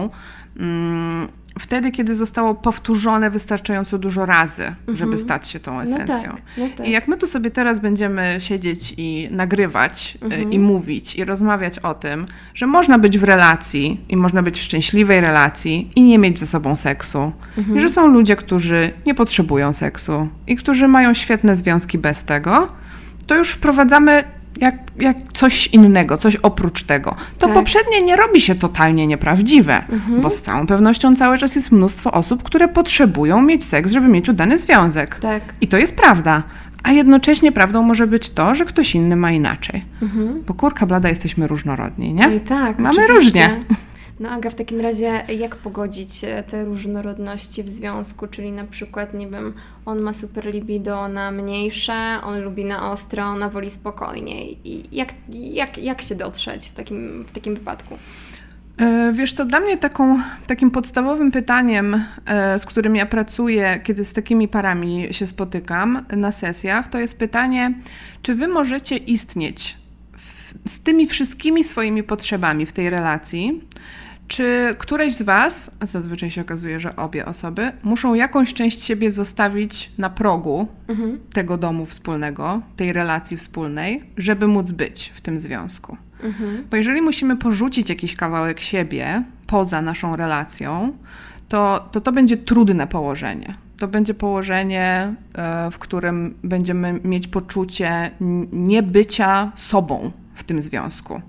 wtedy, kiedy zostało powtórzone wystarczająco dużo razy, żeby stać się tą esencją. No tak. I jak my tu sobie teraz będziemy siedzieć i nagrywać i mówić i rozmawiać o tym, że można być w relacji i można być w szczęśliwej relacji i nie mieć ze sobą seksu. I że są ludzie, którzy nie potrzebują seksu i którzy mają świetne związki bez tego, to już wprowadzamy jak coś innego, coś oprócz tego. To poprzednie nie robi się totalnie nieprawdziwe, bo z całą pewnością cały czas jest mnóstwo osób, które potrzebują mieć seks, żeby mieć udany związek. Tak. I to jest prawda. A jednocześnie prawdą może być to, że ktoś inny ma inaczej. Bo kurka blada, jesteśmy różnorodni, nie? No i tak, mamy oczywiście. różnie. No Aga, w takim razie jak pogodzić te różnorodności w związku? Czyli na przykład, nie wiem, on ma super libido, ona mniejsze, on lubi na ostro, ona woli spokojniej. I jak się dotrzeć w takim wypadku? Wiesz co, dla mnie takim podstawowym pytaniem, z którym ja pracuję, kiedy z takimi parami się spotykam na sesjach, to jest pytanie, czy wy możecie istnieć z tymi wszystkimi swoimi potrzebami w tej relacji, czy któreś z was, a zazwyczaj się okazuje, że obie osoby, muszą jakąś część siebie zostawić na progu tego domu wspólnego, tej relacji wspólnej, żeby móc być w tym związku. Bo jeżeli musimy porzucić jakiś kawałek siebie poza naszą relacją, to będzie trudne położenie. To będzie położenie, w którym będziemy mieć poczucie niebycia sobą w tym związku.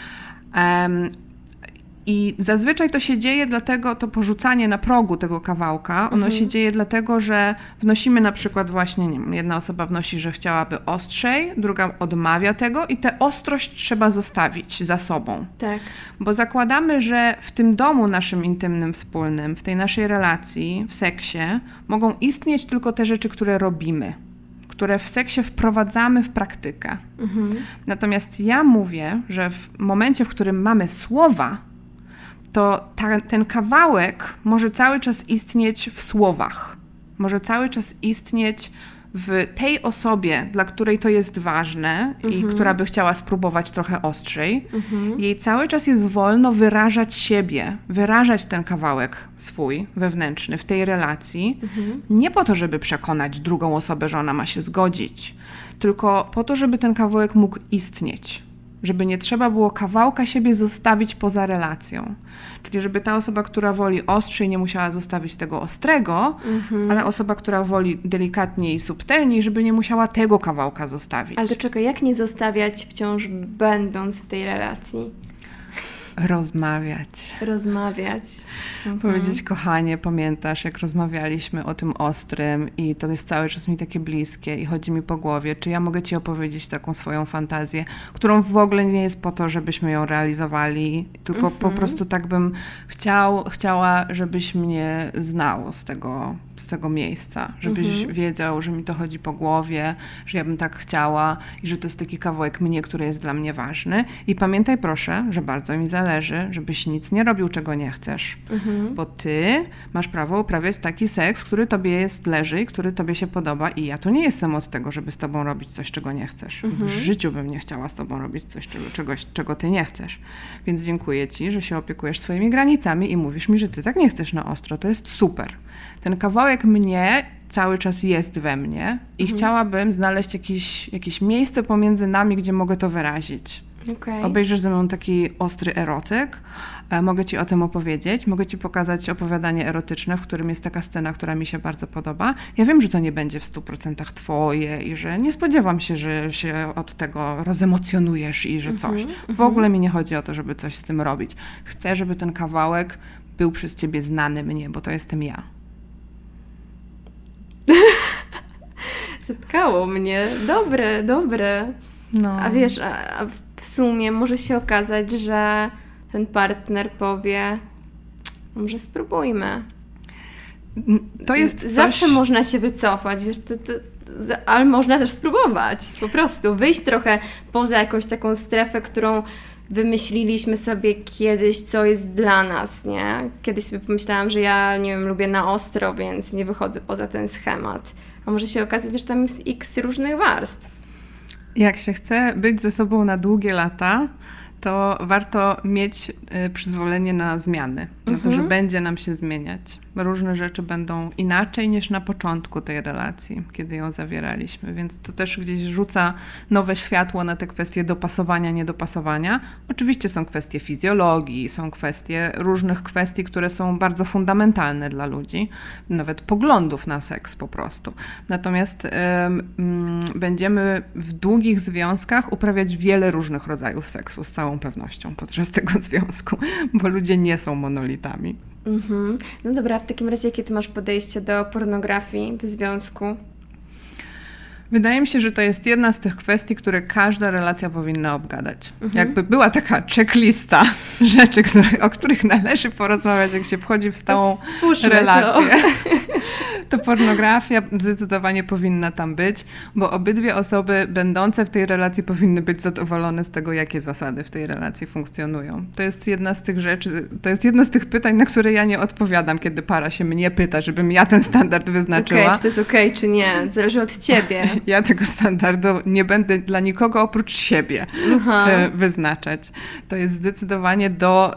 I zazwyczaj to się dzieje dlatego, to porzucanie na progu tego kawałka, ono się dzieje dlatego, że wnosimy na przykład właśnie, nie wiem, jedna osoba wnosi, że chciałaby ostrzej, druga odmawia tego i tę ostrość trzeba zostawić za sobą. Tak. Bo zakładamy, że w tym domu naszym intymnym, wspólnym, w tej naszej relacji, w seksie, mogą istnieć tylko te rzeczy, które robimy, które w seksie wprowadzamy w praktykę. Natomiast ja mówię, że w momencie, w którym mamy słowa, to ten kawałek może cały czas istnieć w słowach. Może cały czas istnieć w tej osobie, dla której to jest ważne i która by chciała spróbować trochę ostrzej. Jej cały czas jest wolno wyrażać siebie, wyrażać ten kawałek swój, wewnętrzny w tej relacji. Nie po to, żeby przekonać drugą osobę, że ona ma się zgodzić, tylko po to, żeby ten kawałek mógł istnieć. Żeby nie trzeba było kawałka siebie zostawić poza relacją. Czyli żeby ta osoba, która woli ostrzej, nie musiała zostawić tego ostrego, ale osoba, która woli delikatniej i subtelniej, żeby nie musiała tego kawałka zostawić. Ale to czekaj, jak nie zostawiać wciąż będąc w tej relacji? Rozmawiać. Powiedzieć, kochanie, pamiętasz, jak rozmawialiśmy o tym ostrym i to jest cały czas mi takie bliskie i chodzi mi po głowie, czy ja mogę ci opowiedzieć taką swoją fantazję, którą w ogóle nie jest po to, żebyśmy ją realizowali, tylko po prostu tak bym chciała, żebyś mnie znał z tego miejsca, żebyś wiedział, że mi to chodzi po głowie, że ja bym tak chciała i że to jest taki kawałek mnie, który jest dla mnie ważny. I pamiętaj proszę, że bardzo mi zależy, żebyś nic nie robił, czego nie chcesz, bo ty masz prawo uprawiać taki seks, który tobie leży i który tobie się podoba i ja tu nie jestem od tego, żeby z tobą robić coś, czego nie chcesz. W życiu bym nie chciała z tobą robić czegoś, czego ty nie chcesz. Więc dziękuję ci, że się opiekujesz swoimi granicami i mówisz mi, że ty tak nie chcesz na ostro. To jest super. Ten kawałek mnie cały czas jest we mnie i chciałabym znaleźć jakieś miejsce pomiędzy nami, gdzie mogę to wyrazić. Okay. Obejrzysz ze mną taki ostry erotyk, mogę ci o tym opowiedzieć, mogę ci pokazać opowiadanie erotyczne, w którym jest taka scena, która mi się bardzo podoba. Ja wiem, że to nie będzie w 100% twoje i że nie spodziewam się, że się od tego rozemocjonujesz i że coś. W ogóle mi nie chodzi o to, żeby coś z tym robić. Chcę, żeby ten kawałek był przez ciebie znany mnie, bo to jestem ja. Zatkało mnie. Dobre. No. A wiesz, a w sumie może się okazać, że ten partner powie, może spróbujmy. To jest coś... Zawsze można się wycofać, wiesz, ale można też spróbować. Po prostu wyjść trochę poza jakąś taką strefę, którą wymyśliliśmy sobie kiedyś, co jest dla nas, nie? Kiedyś sobie pomyślałam, że ja, nie wiem, lubię na ostro, więc nie wychodzę poza ten schemat. A może się okazać, że tam jest x różnych warstw. Jak się chce być ze sobą na długie lata, to warto mieć przyzwolenie na zmiany, na to, że będzie nam się zmieniać. Różne rzeczy będą inaczej niż na początku tej relacji, kiedy ją zawieraliśmy, więc to też gdzieś rzuca nowe światło na te kwestie dopasowania, niedopasowania. Oczywiście są kwestie fizjologii, są kwestie różnych kwestii, które są bardzo fundamentalne dla ludzi, nawet poglądów na seks po prostu. Natomiast będziemy w długich związkach uprawiać wiele różnych rodzajów seksu z całą pewnością podczas tego związku, bo ludzie nie są monolitami. No dobra, w takim razie jakie ty masz podejście do pornografii w związku? Wydaje mi się, że to jest jedna z tych kwestii, które każda relacja powinna obgadać. Jakby była taka checklista rzeczy, o których należy porozmawiać, jak się wchodzi w stałą relację, to pornografia zdecydowanie powinna tam być, bo obydwie osoby będące w tej relacji powinny być zadowolone z tego, jakie zasady w tej relacji funkcjonują. To jest jedna z tych rzeczy, to jest jedno z tych pytań, na które ja nie odpowiadam, kiedy para się mnie pyta, żebym ja ten standard wyznaczyła. Czy to jest okej, czy nie? Zależy od ciebie. Ja tego standardu nie będę dla nikogo oprócz siebie wyznaczać. To jest zdecydowanie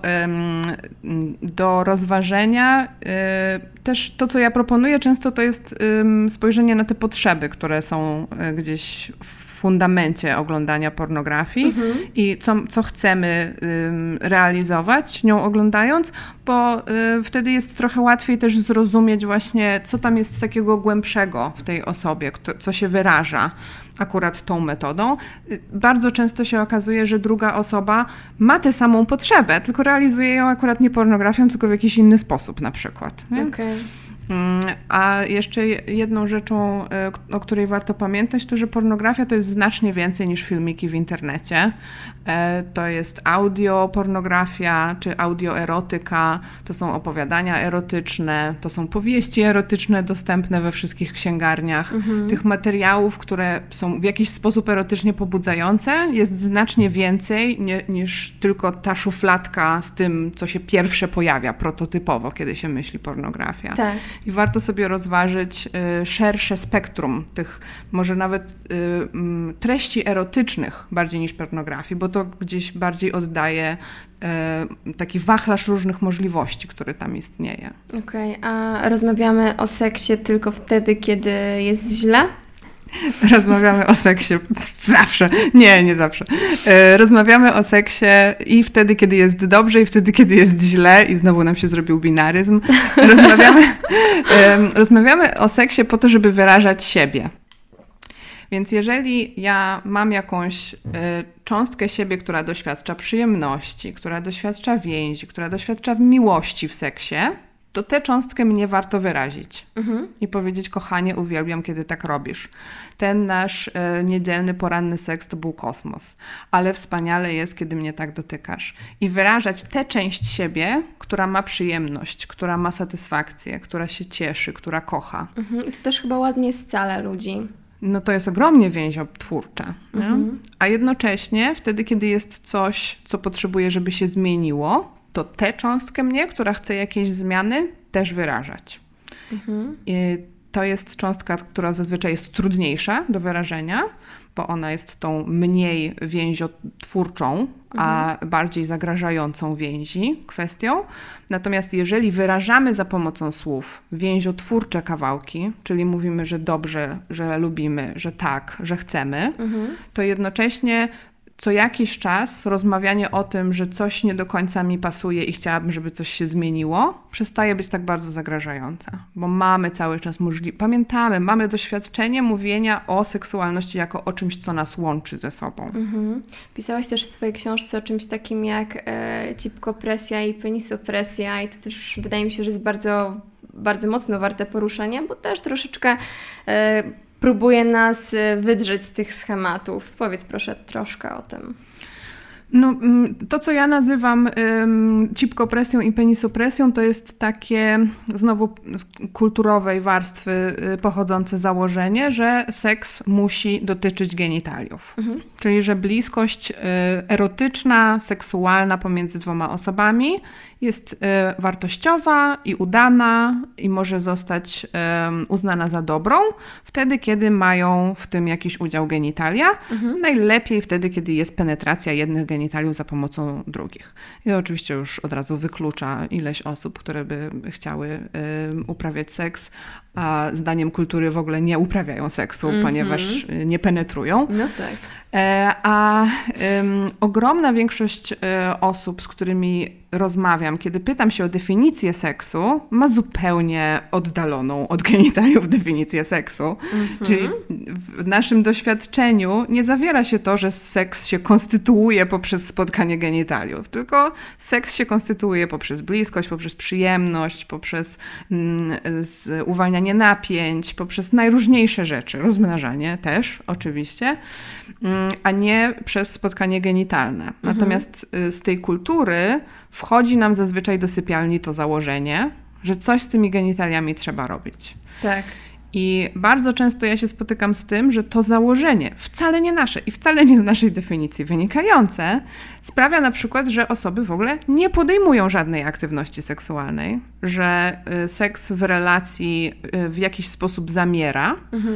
do rozważenia. Też to, co ja proponuję często, to jest spojrzenie na te potrzeby, które są gdzieś w fundamencie oglądania pornografii i co chcemy realizować nią oglądając, bo wtedy jest trochę łatwiej też zrozumieć właśnie, co tam jest takiego głębszego w tej osobie, co się wyraża akurat tą metodą. Bardzo często się okazuje, że druga osoba ma tę samą potrzebę, tylko realizuje ją akurat nie pornografią, tylko w jakiś inny sposób na przykład. Okej. A jeszcze jedną rzeczą, o której warto pamiętać, to, że pornografia to jest znacznie więcej niż filmiki w internecie. To jest audiopornografia czy audioerotyka, to są opowiadania erotyczne, to są powieści erotyczne dostępne we wszystkich księgarniach. Tych materiałów, które są w jakiś sposób erotycznie pobudzające, jest znacznie więcej niż tylko ta szufladka z tym, co się pierwsze pojawia prototypowo, kiedy się myśli pornografia. Tak. I warto sobie rozważyć szersze spektrum tych, może nawet treści erotycznych bardziej niż pornografii, bo to gdzieś bardziej oddaje taki wachlarz różnych możliwości, który tam istnieje. Okej, a rozmawiamy o seksie tylko wtedy, kiedy jest źle? Rozmawiamy o seksie zawsze. Nie zawsze. Rozmawiamy o seksie i wtedy, kiedy jest dobrze, i wtedy, kiedy jest źle, i znowu nam się zrobił binaryzm. Rozmawiamy o seksie po to, żeby wyrażać siebie. Więc jeżeli ja mam jakąś cząstkę siebie, która doświadcza przyjemności, która doświadcza więzi, która doświadcza miłości w seksie, to tę cząstkę mnie warto wyrazić i powiedzieć: kochanie, uwielbiam, kiedy tak robisz. Ten nasz niedzielny, poranny seks to był kosmos, ale wspaniale jest, kiedy mnie tak dotykasz. I wyrażać tę część siebie, która ma przyjemność, która ma satysfakcję, która się cieszy, która kocha. I to też chyba ładnie scala ludzi. No to jest ogromnie więziotwórcze. A jednocześnie wtedy, kiedy jest coś, co potrzebuje, żeby się zmieniło, to tę cząstkę mnie, która chce jakiejś zmiany, też wyrażać. I to jest cząstka, która zazwyczaj jest trudniejsza do wyrażenia, bo ona jest tą mniej więziotwórczą, a bardziej zagrażającą więzi kwestią. Natomiast jeżeli wyrażamy za pomocą słów więziotwórcze kawałki, czyli mówimy, że dobrze, że lubimy, że tak, że chcemy, to jednocześnie co jakiś czas rozmawianie o tym, że coś nie do końca mi pasuje i chciałabym, żeby coś się zmieniło, przestaje być tak bardzo zagrażające, bo mamy cały czas pamiętamy, mamy doświadczenie mówienia o seksualności jako o czymś, co nas łączy ze sobą. Pisałaś też w swojej książce o czymś takim jak cipkopresja i penisopresja, i to też wydaje mi się, że jest bardzo, bardzo mocno warte poruszenia, bo też troszeczkę próbuje nas wydrzeć z tych schematów. Powiedz proszę troszkę o tym. No, to, co ja nazywam cipkopresją i penisopresją, to jest takie znowu z kulturowej warstwy pochodzące założenie, że seks musi dotyczyć genitaliów. Czyli, że bliskość erotyczna, seksualna pomiędzy dwoma osobami jest wartościowa i udana i może zostać uznana za dobrą wtedy, kiedy mają w tym jakiś udział genitalia. Najlepiej wtedy, kiedy jest penetracja jednych genitaliów genitaliów za pomocą drugich. I to oczywiście już od razu wyklucza ileś osób, które by chciały uprawiać seks, a zdaniem kultury w ogóle nie uprawiają seksu, ponieważ nie penetrują. No tak. A ogromna większość osób, z którymi rozmawiam, kiedy pytam się o definicję seksu, ma zupełnie oddaloną od genitaliów definicję seksu. Czyli w naszym doświadczeniu nie zawiera się to, że seks się konstytuuje poprzez spotkanie genitaliów, tylko seks się konstytuuje poprzez bliskość, poprzez przyjemność, poprzez uwalnianie napięć, poprzez najróżniejsze rzeczy, rozmnażanie też oczywiście, a nie przez spotkanie genitalne. Natomiast z tej kultury wchodzi nam zazwyczaj do sypialni to założenie, że coś z tymi genitaliami trzeba robić. Tak. I bardzo często ja się spotykam z tym, że to założenie, wcale nie nasze i wcale nie z naszej definicji wynikające, sprawia na przykład, że osoby w ogóle nie podejmują żadnej aktywności seksualnej, że seks w relacji w jakiś sposób zamiera.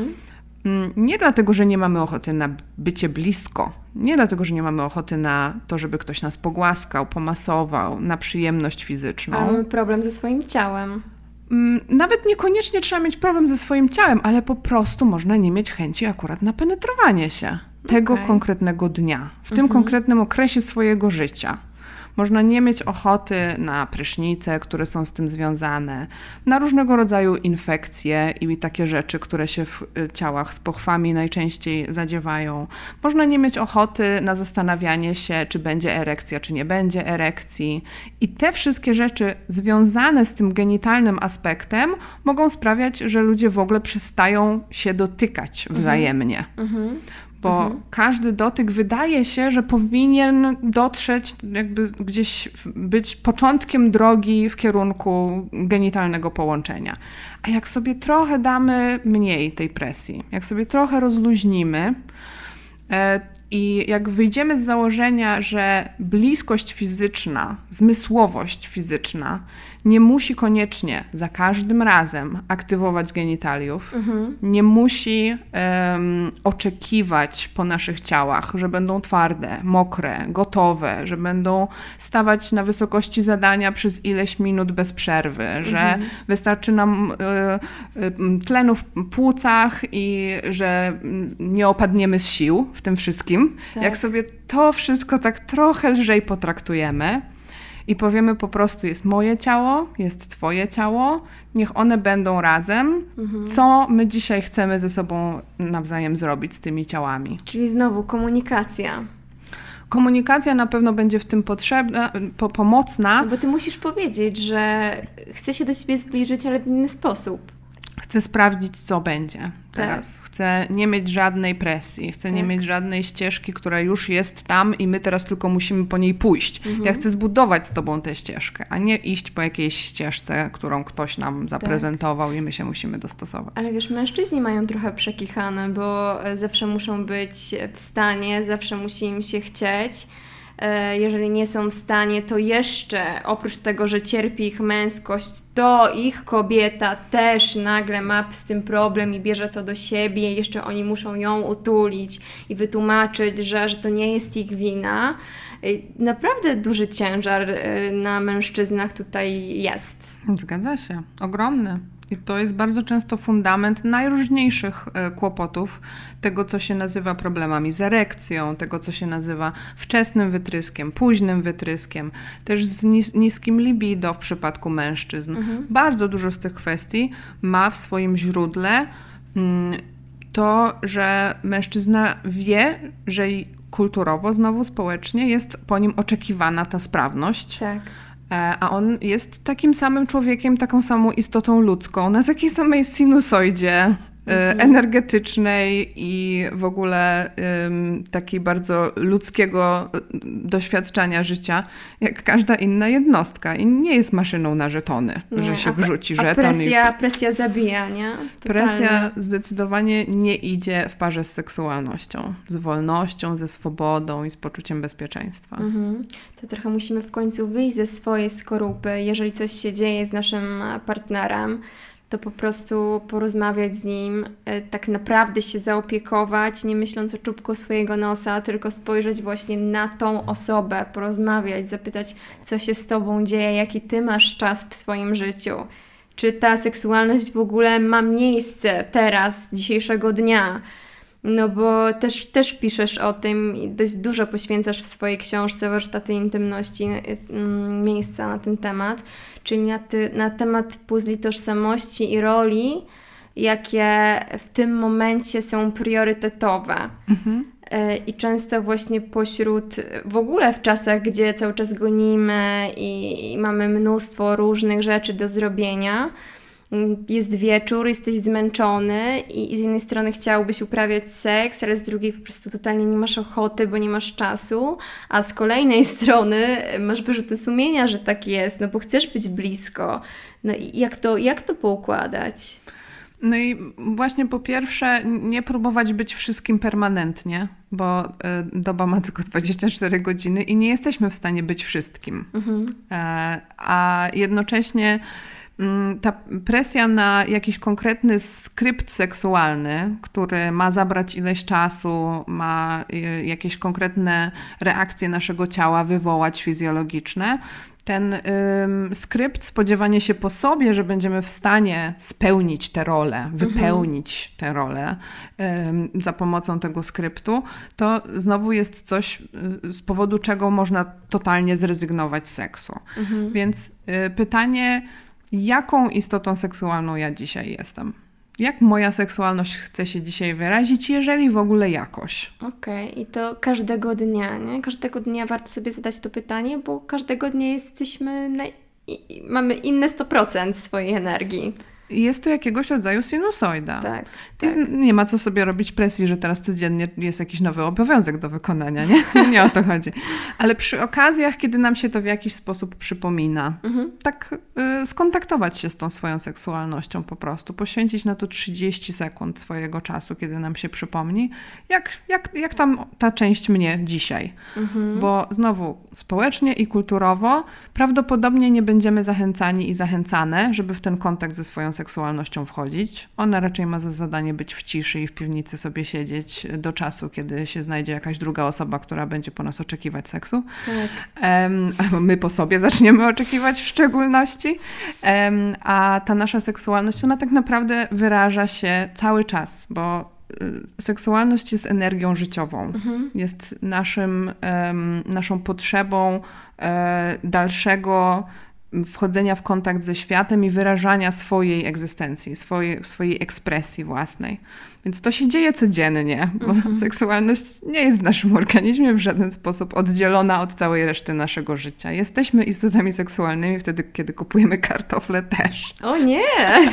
Nie dlatego, że nie mamy ochoty na bycie blisko, nie dlatego, że nie mamy ochoty na to, żeby ktoś nas pogłaskał, pomasował, na przyjemność fizyczną. Ale mamy problem ze swoim ciałem. Nawet niekoniecznie trzeba mieć problem ze swoim ciałem, ale po prostu można nie mieć chęci akurat na penetrowanie się tego konkretnego dnia, w tym konkretnym okresie swojego życia. Można nie mieć ochoty na prysznice, które są z tym związane, na różnego rodzaju infekcje i takie rzeczy, które się w ciałach z pochwami najczęściej zadziewają. Można nie mieć ochoty na zastanawianie się, czy będzie erekcja, czy nie będzie erekcji. I te wszystkie rzeczy związane z tym genitalnym aspektem mogą sprawiać, że ludzie w ogóle przestają się dotykać wzajemnie. Bo każdy dotyk wydaje się, że powinien dotrzeć, jakby gdzieś być początkiem drogi w kierunku genitalnego połączenia. A jak sobie trochę damy mniej tej presji, jak sobie trochę rozluźnimy i jak wyjdziemy z założenia, że bliskość fizyczna, zmysłowość fizyczna nie musi koniecznie za każdym razem aktywować genitaliów, nie musi oczekiwać po naszych ciałach, że będą twarde, mokre, gotowe, że będą stawać na wysokości zadania przez ileś minut bez przerwy, że wystarczy nam tlenu w płucach i że nie opadniemy z sił w tym wszystkim. Tak. Jak sobie to wszystko tak trochę lżej potraktujemy i powiemy po prostu, jest moje ciało, jest twoje ciało, niech one będą razem. Co my dzisiaj chcemy ze sobą nawzajem zrobić z tymi ciałami? Czyli znowu komunikacja. Komunikacja na pewno będzie w tym potrzebna, pomocna. No bo ty musisz powiedzieć, że chcę się do siebie zbliżyć, ale w inny sposób. Chcę sprawdzić, co będzie teraz. Tak. Chcę nie mieć żadnej presji. Chcę nie mieć żadnej ścieżki, która już jest tam i my teraz tylko musimy po niej pójść. Ja chcę zbudować z tobą tę ścieżkę, a nie iść po jakiejś ścieżce, którą ktoś nam zaprezentował i my się musimy dostosować. Ale wiesz, mężczyźni mają trochę przekichane, bo zawsze muszą być w stanie, zawsze musi im się chcieć. Jeżeli nie są w stanie, to jeszcze oprócz tego, że cierpi ich męskość, to ich kobieta też nagle ma z tym problem i bierze to do siebie. Jeszcze oni muszą ją utulić i wytłumaczyć, że to nie jest ich wina. Naprawdę duży ciężar na mężczyznach tutaj jest. Zgadza się. Ogromny. I to jest bardzo często fundament najróżniejszych kłopotów, tego co się nazywa problemami z erekcją, tego co się nazywa wczesnym wytryskiem, późnym wytryskiem, też z niskim libido w przypadku mężczyzn. Bardzo dużo z tych kwestii ma w swoim źródle to, że mężczyzna wie, że kulturowo, znowu społecznie jest po nim oczekiwana ta sprawność. Tak. A on jest takim samym człowiekiem, taką samą istotą ludzką, na takiej samej sinusoidzie energetycznej i w ogóle takiej bardzo ludzkiego doświadczenia życia, jak każda inna jednostka. I nie jest maszyną na żetony, że się wrzuci żeton. Presja zabija, nie? Totalnie. Presja zdecydowanie nie idzie w parze z seksualnością, z wolnością, ze swobodą i z poczuciem bezpieczeństwa. To trochę musimy w końcu wyjść ze swojej skorupy. Jeżeli coś się dzieje z naszym partnerem, to po prostu porozmawiać z nim, tak naprawdę się zaopiekować, nie myśląc o czubku swojego nosa, tylko spojrzeć właśnie na tą osobę, porozmawiać, zapytać, co się z tobą dzieje, jaki ty masz czas w swoim życiu. Czy ta seksualność w ogóle ma miejsce teraz, dzisiejszego dnia? No bo też piszesz o tym i dość dużo poświęcasz w swojej książce Warsztaty Intymności miejsca na ten temat, czyli na temat puzli tożsamości i roli, jakie w tym momencie są priorytetowe. I często właśnie w ogóle w czasach, gdzie cały czas gonimy i mamy mnóstwo różnych rzeczy do zrobienia, jest wieczór, jesteś zmęczony i z jednej strony chciałbyś uprawiać seks, ale z drugiej po prostu totalnie nie masz ochoty, bo nie masz czasu, a z kolejnej strony masz wyrzuty sumienia, że tak jest, no bo chcesz być blisko. No i jak to poukładać? No i właśnie po pierwsze nie próbować być wszystkim permanentnie, bo doba ma tylko 24 godziny i nie jesteśmy w stanie być wszystkim. A jednocześnie ta presja na jakiś konkretny skrypt seksualny, który ma zabrać ileś czasu, ma jakieś konkretne reakcje naszego ciała wywołać fizjologiczne, ten skrypt, spodziewanie się po sobie, że będziemy w stanie spełnić tę rolę, wypełnić tę rolę za pomocą tego skryptu, to znowu jest coś, z powodu czego można totalnie zrezygnować z seksu. Więc pytanie, jaką istotą seksualną ja dzisiaj jestem? Jak moja seksualność chce się dzisiaj wyrazić, jeżeli w ogóle jakoś? Okej, i to każdego dnia, nie? Każdego dnia warto sobie zadać to pytanie, bo każdego dnia mamy inne 100% swojej energii. Jest to jakiegoś rodzaju sinusoida. Tak. Nie ma co sobie robić presji, że teraz codziennie jest jakiś nowy obowiązek do wykonania, nie? Nie o to chodzi. Ale przy okazjach, kiedy nam się to w jakiś sposób przypomina, tak skontaktować się z tą swoją seksualnością po prostu, poświęcić na to 30 sekund swojego czasu, kiedy nam się przypomni, jak tam ta część mnie dzisiaj. Bo znowu społecznie i kulturowo prawdopodobnie nie będziemy zachęcani i zachęcane, żeby w ten kontakt ze swoją seksualnością wchodzić. Ona raczej ma za zadanie być w ciszy i w piwnicy sobie siedzieć do czasu, kiedy się znajdzie jakaś druga osoba, która będzie po nas oczekiwać seksu. Tak. Albo my po sobie zaczniemy oczekiwać w szczególności. A ta nasza seksualność, ona tak naprawdę wyraża się cały czas, bo seksualność jest energią życiową. Jest naszą potrzebą dalszego wchodzenia w kontakt ze światem i wyrażania swojej egzystencji, swojej ekspresji własnej. Więc to się dzieje codziennie, bo seksualność nie jest w naszym organizmie w żaden sposób oddzielona od całej reszty naszego życia. Jesteśmy istotami seksualnymi wtedy, kiedy kupujemy kartofle też. O nie!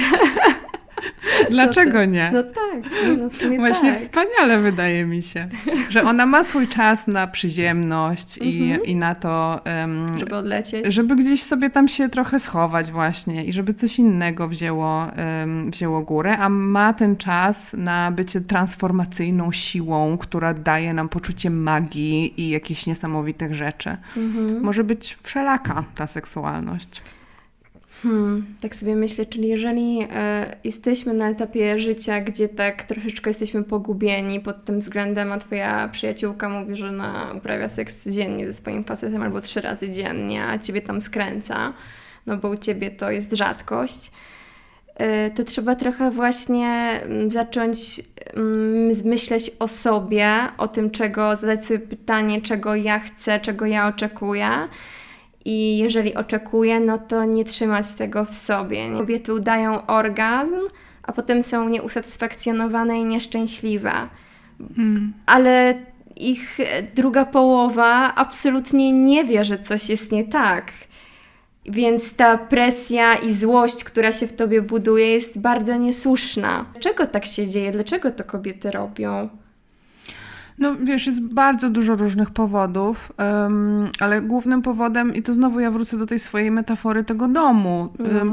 Dlaczego nie? No tak, no w sumie właśnie tak. Wspaniale wydaje mi się, że ona ma swój czas na przyziemność i na to, żeby odlecieć. Żeby gdzieś sobie tam się trochę schować właśnie i żeby coś innego wzięło górę, a ma ten czas na bycie transformacyjną siłą, która daje nam poczucie magii i jakichś niesamowitych rzeczy. Może być wszelaka ta seksualność. Tak sobie myślę, czyli jeżeli jesteśmy na etapie życia, gdzie tak troszeczkę jesteśmy pogubieni pod tym względem, a twoja przyjaciółka mówi, że ona uprawia seks codziennie ze swoim facetem albo 3 razy dziennie, a ciebie tam skręca, no bo u ciebie to jest rzadkość, to trzeba trochę właśnie zacząć myśleć o sobie, o tym, zadać sobie pytanie, czego ja chcę, czego ja oczekuję. I jeżeli oczekuję, no to nie trzymać tego w sobie. Kobiety udają orgazm, a potem są nieusatysfakcjonowane i nieszczęśliwe. Ale ich druga połowa absolutnie nie wie, że coś jest nie tak. Więc ta presja i złość, która się w tobie buduje, jest bardzo niesłuszna. Dlaczego tak się dzieje? Dlaczego to kobiety robią? No wiesz, jest bardzo dużo różnych powodów, ale głównym powodem, i to znowu ja wrócę do tej swojej metafory tego domu,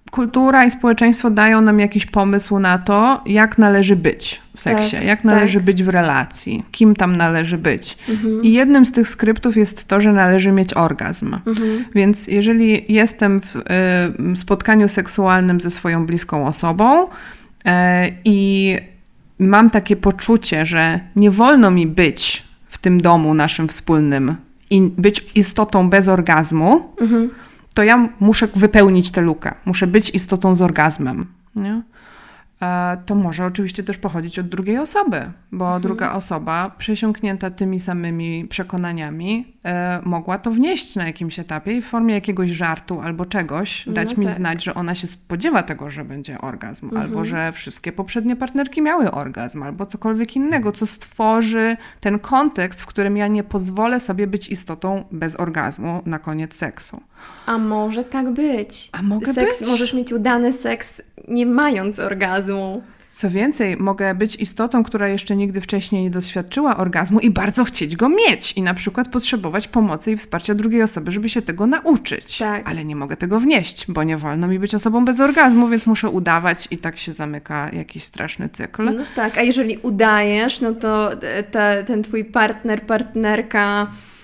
kultura i społeczeństwo dają nam jakiś pomysł na to, jak należy być w seksie, jak należy być w relacji, kim tam należy być. I jednym z tych skryptów jest to, że należy mieć orgazm. Więc jeżeli jestem w spotkaniu seksualnym ze swoją bliską osobą i mam takie poczucie, że nie wolno mi być w tym domu naszym wspólnym i być istotą bez orgazmu, to ja muszę wypełnić tę lukę. Muszę być istotą z orgazmem. Nie? To może oczywiście też pochodzić od drugiej osoby, bo druga osoba przesiąknięta tymi samymi przekonaniami mogła to wnieść na jakimś etapie i w formie jakiegoś żartu albo czegoś dać mi znać, że ona się spodziewa tego, że będzie orgazm, albo że wszystkie poprzednie partnerki miały orgazm, albo cokolwiek innego, co stworzy ten kontekst, w którym ja nie pozwolę sobie być istotą bez orgazmu na koniec seksu. A może tak być. A mogę być? Możesz mieć udany seks nie mając orgazmu. Co więcej, mogę być istotą, która jeszcze nigdy wcześniej nie doświadczyła orgazmu i bardzo chcieć go mieć i na przykład potrzebować pomocy i wsparcia drugiej osoby, żeby się tego nauczyć. Tak. Ale nie mogę tego wnieść, bo nie wolno mi być osobą bez orgazmu, więc muszę udawać i tak się zamyka jakiś straszny cykl. No tak, a jeżeli udajesz, no to ten twój partnerka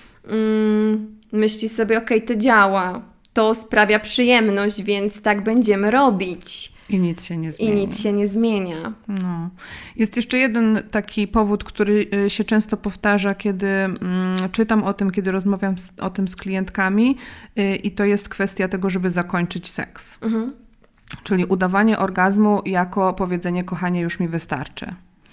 myśli sobie, okej, to działa, to sprawia przyjemność, więc tak będziemy robić. I nic się nie zmienia. No. Jest jeszcze jeden taki powód, który się często powtarza, kiedy czytam o tym, kiedy rozmawiam o tym z klientkami i to jest kwestia tego, żeby zakończyć seks. Czyli udawanie orgazmu jako powiedzenie kochanie już mi wystarczy.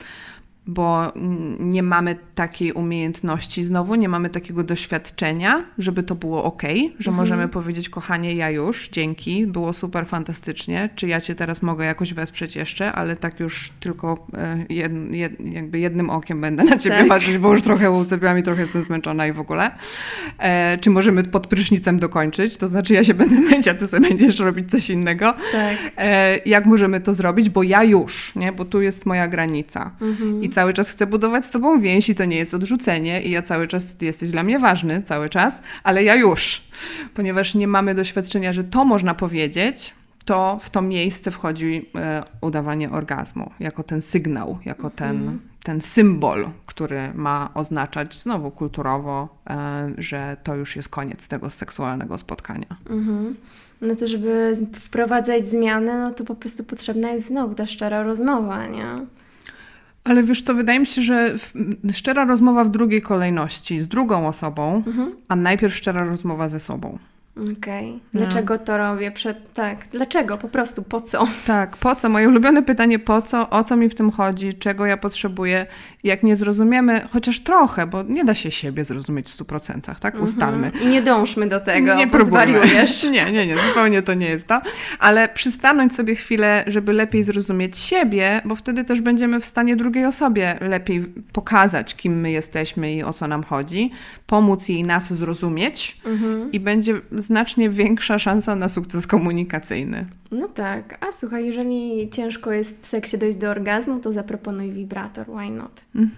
Bo nie mamy takiej umiejętności znowu, nie mamy takiego doświadczenia, żeby to było okej, że możemy powiedzieć kochanie, ja już, dzięki, było super, fantastycznie, czy ja cię teraz mogę jakoś wesprzeć jeszcze, ale tak już tylko jakby jednym okiem będę na ciebie patrzeć, bo już trochę usypiam i trochę jestem zmęczona i w ogóle. Czy możemy pod prysznicem dokończyć, to znaczy ja się będę myć, a ty sobie będziesz robić coś innego. Tak. Jak możemy to zrobić, bo ja już, nie? Bo tu jest moja granica. I cały czas chcę budować z tobą więź i to nie jest odrzucenie i ja cały czas, ty jesteś dla mnie ważny, cały czas, ale ja już. Ponieważ nie mamy doświadczenia, że to można powiedzieć, to w to miejsce wchodzi udawanie orgazmu, jako ten sygnał, jako ten symbol, który ma oznaczać znowu kulturowo, że to już jest koniec tego seksualnego spotkania. No to żeby wprowadzać zmiany, no to po prostu potrzebna jest znowu ta szczera rozmowa, nie? Ale wiesz co, wydaje mi się, że szczera rozmowa w drugiej kolejności z drugą osobą, a najpierw szczera rozmowa ze sobą. Okej. Dlaczego to robię? Dlaczego? Po prostu, po co? Tak, po co? Moje ulubione pytanie, po co? O co mi w tym chodzi? Czego ja potrzebuję? Jak nie zrozumiemy, chociaż trochę, bo nie da się siebie zrozumieć w 100%, tak? Ustalmy. I nie dążmy do tego, nie bo zwariujesz. Nie, zupełnie to nie jest to. Ale przystanąć sobie chwilę, żeby lepiej zrozumieć siebie, bo wtedy też będziemy w stanie drugiej osobie lepiej pokazać, kim my jesteśmy i o co nam chodzi, pomóc jej nas zrozumieć i będzie znacznie większa szansa na sukces komunikacyjny. No tak. A słuchaj, jeżeli ciężko jest w seksie dojść do orgazmu, to zaproponuj wibrator. Why not?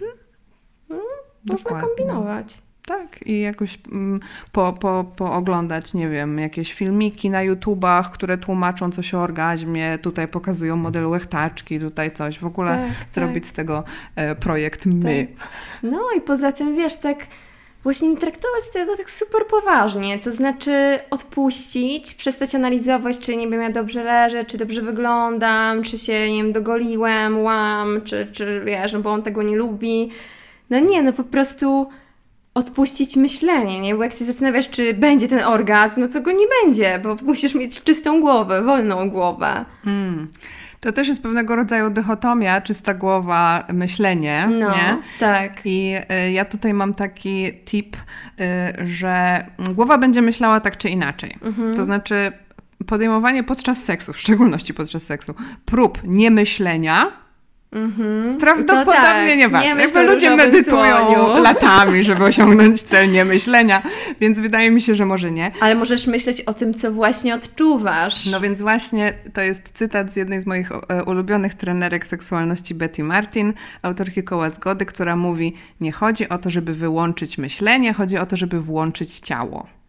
Można kombinować. Tak, i jakoś pooglądać, nie wiem, jakieś filmiki na YouTubach, które tłumaczą coś o orgazmie, tutaj pokazują model łechtaczki, tutaj coś. W ogóle zrobić z tego projekt my. No i poza tym, wiesz, tak właśnie nie traktować tego tak super poważnie, to znaczy odpuścić, przestać analizować, czy nie wiem, ja dobrze leżę, czy dobrze wyglądam, czy się, nie wiem, dogoliłem, czy wiesz, no bo on tego nie lubi. No nie, no po prostu odpuścić myślenie, nie? Bo jak się zastanawiasz, czy będzie ten orgazm, no to go nie będzie, bo musisz mieć czystą głowę, wolną głowę. To też jest pewnego rodzaju dychotomia, czysta głowa, myślenie, nie? Tak. I ja tutaj mam taki tip, że głowa będzie myślała tak czy inaczej. To znaczy podejmowanie podczas seksu, w szczególności podczas seksu, prób niemyślenia, prawdopodobnie nie warto. Jakby ludzie medytują latami, żeby osiągnąć cel niemyślenia, więc wydaje mi się, że może nie. Ale możesz myśleć o tym, co właśnie odczuwasz. No więc właśnie to jest cytat z jednej z moich ulubionych trenerek seksualności, Betty Martin, autorki Koła Zgody, która mówi: nie chodzi o to, żeby wyłączyć myślenie, chodzi o to, żeby włączyć ciało.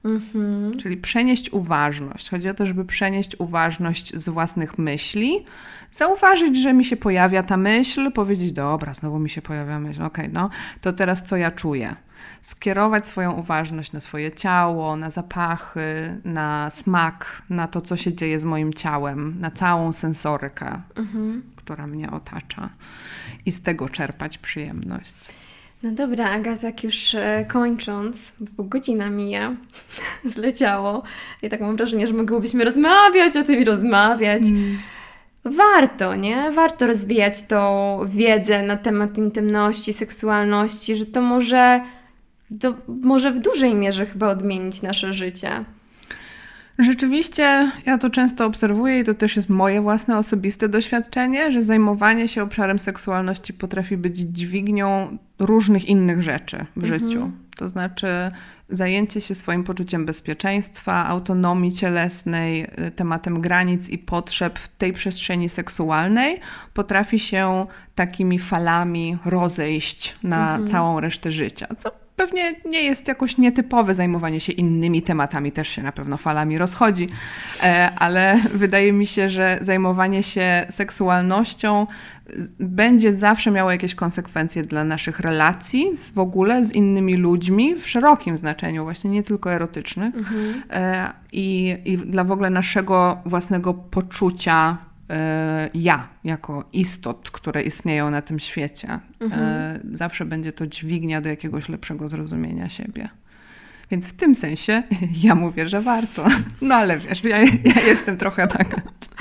Czyli przenieść uważność. Chodzi o to, żeby przenieść uważność z własnych myśli, zauważyć, że mi się pojawia ta myśl, powiedzieć, dobra, znowu mi się pojawia myśl, okej, no, to teraz co ja czuję? Skierować swoją uważność na swoje ciało, na zapachy, na smak, na to, co się dzieje z moim ciałem, na całą sensorykę, która mnie otacza i z tego czerpać przyjemność. No dobra, Aga, tak już kończąc, bo godzina mija, zleciało i tak mam wrażenie, że mogłybyśmy rozmawiać o tym i rozmawiać. Warto, nie? Warto rozwijać tą wiedzę na temat intymności, seksualności, że to może w dużej mierze chyba odmienić nasze życie. Rzeczywiście, ja to często obserwuję i to też jest moje własne osobiste doświadczenie, że zajmowanie się obszarem seksualności potrafi być dźwignią różnych innych rzeczy w życiu. To znaczy zajęcie się swoim poczuciem bezpieczeństwa, autonomii cielesnej, tematem granic i potrzeb w tej przestrzeni seksualnej potrafi się takimi falami rozejść na całą resztę życia, co pewnie nie jest jakoś nietypowe. Zajmowanie się innymi tematami też się na pewno falami rozchodzi, ale wydaje mi się, że zajmowanie się seksualnością będzie zawsze miało jakieś konsekwencje dla naszych relacji w ogóle z innymi ludźmi w szerokim znaczeniu, właśnie nie tylko erotycznych, i dla w ogóle naszego własnego poczucia ja, jako istot, które istnieją na tym świecie. Zawsze będzie to dźwignia do jakiegoś lepszego zrozumienia siebie. Więc w tym sensie ja mówię, że warto. No ale wiesz, ja jestem trochę taka...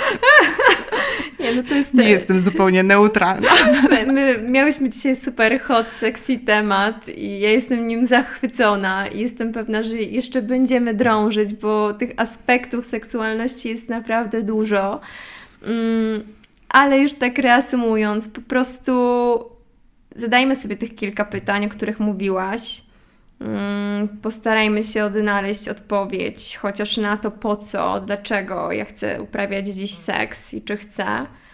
Nie jestem zupełnie neutralna. My miałyśmy dzisiaj super hot, sexy temat i ja jestem nim zachwycona i jestem pewna, że jeszcze będziemy drążyć, bo tych aspektów seksualności jest naprawdę dużo. Ale już tak reasumując, po prostu zadajmy sobie tych kilka pytań, o których mówiłaś. Postarajmy się odnaleźć odpowiedź, chociaż na to po co, dlaczego ja chcę uprawiać dziś seks i czy chcę.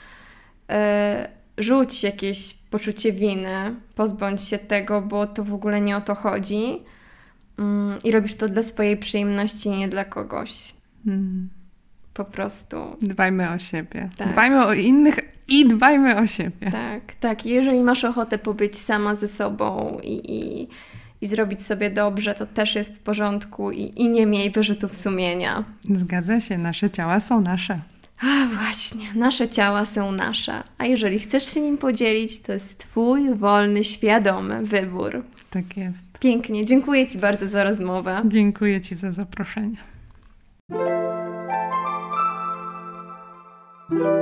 Rzuć jakieś poczucie winy, pozbądź się tego, bo to w ogóle nie o to chodzi. I robisz to dla swojej przyjemności, nie dla kogoś. Po prostu. Dbajmy o siebie. Tak. Dbajmy o innych i dbajmy o siebie. Tak. Jeżeli masz ochotę pobyć sama ze sobą i zrobić sobie dobrze, to też jest w porządku i nie miej wyrzutów sumienia. Zgadza się, nasze ciała są nasze. A właśnie, nasze ciała są nasze. A jeżeli chcesz się nim podzielić, to jest Twój wolny, świadomy wybór. Tak jest. Pięknie. Dziękuję Ci bardzo za rozmowę. Dziękuję Ci za zaproszenie.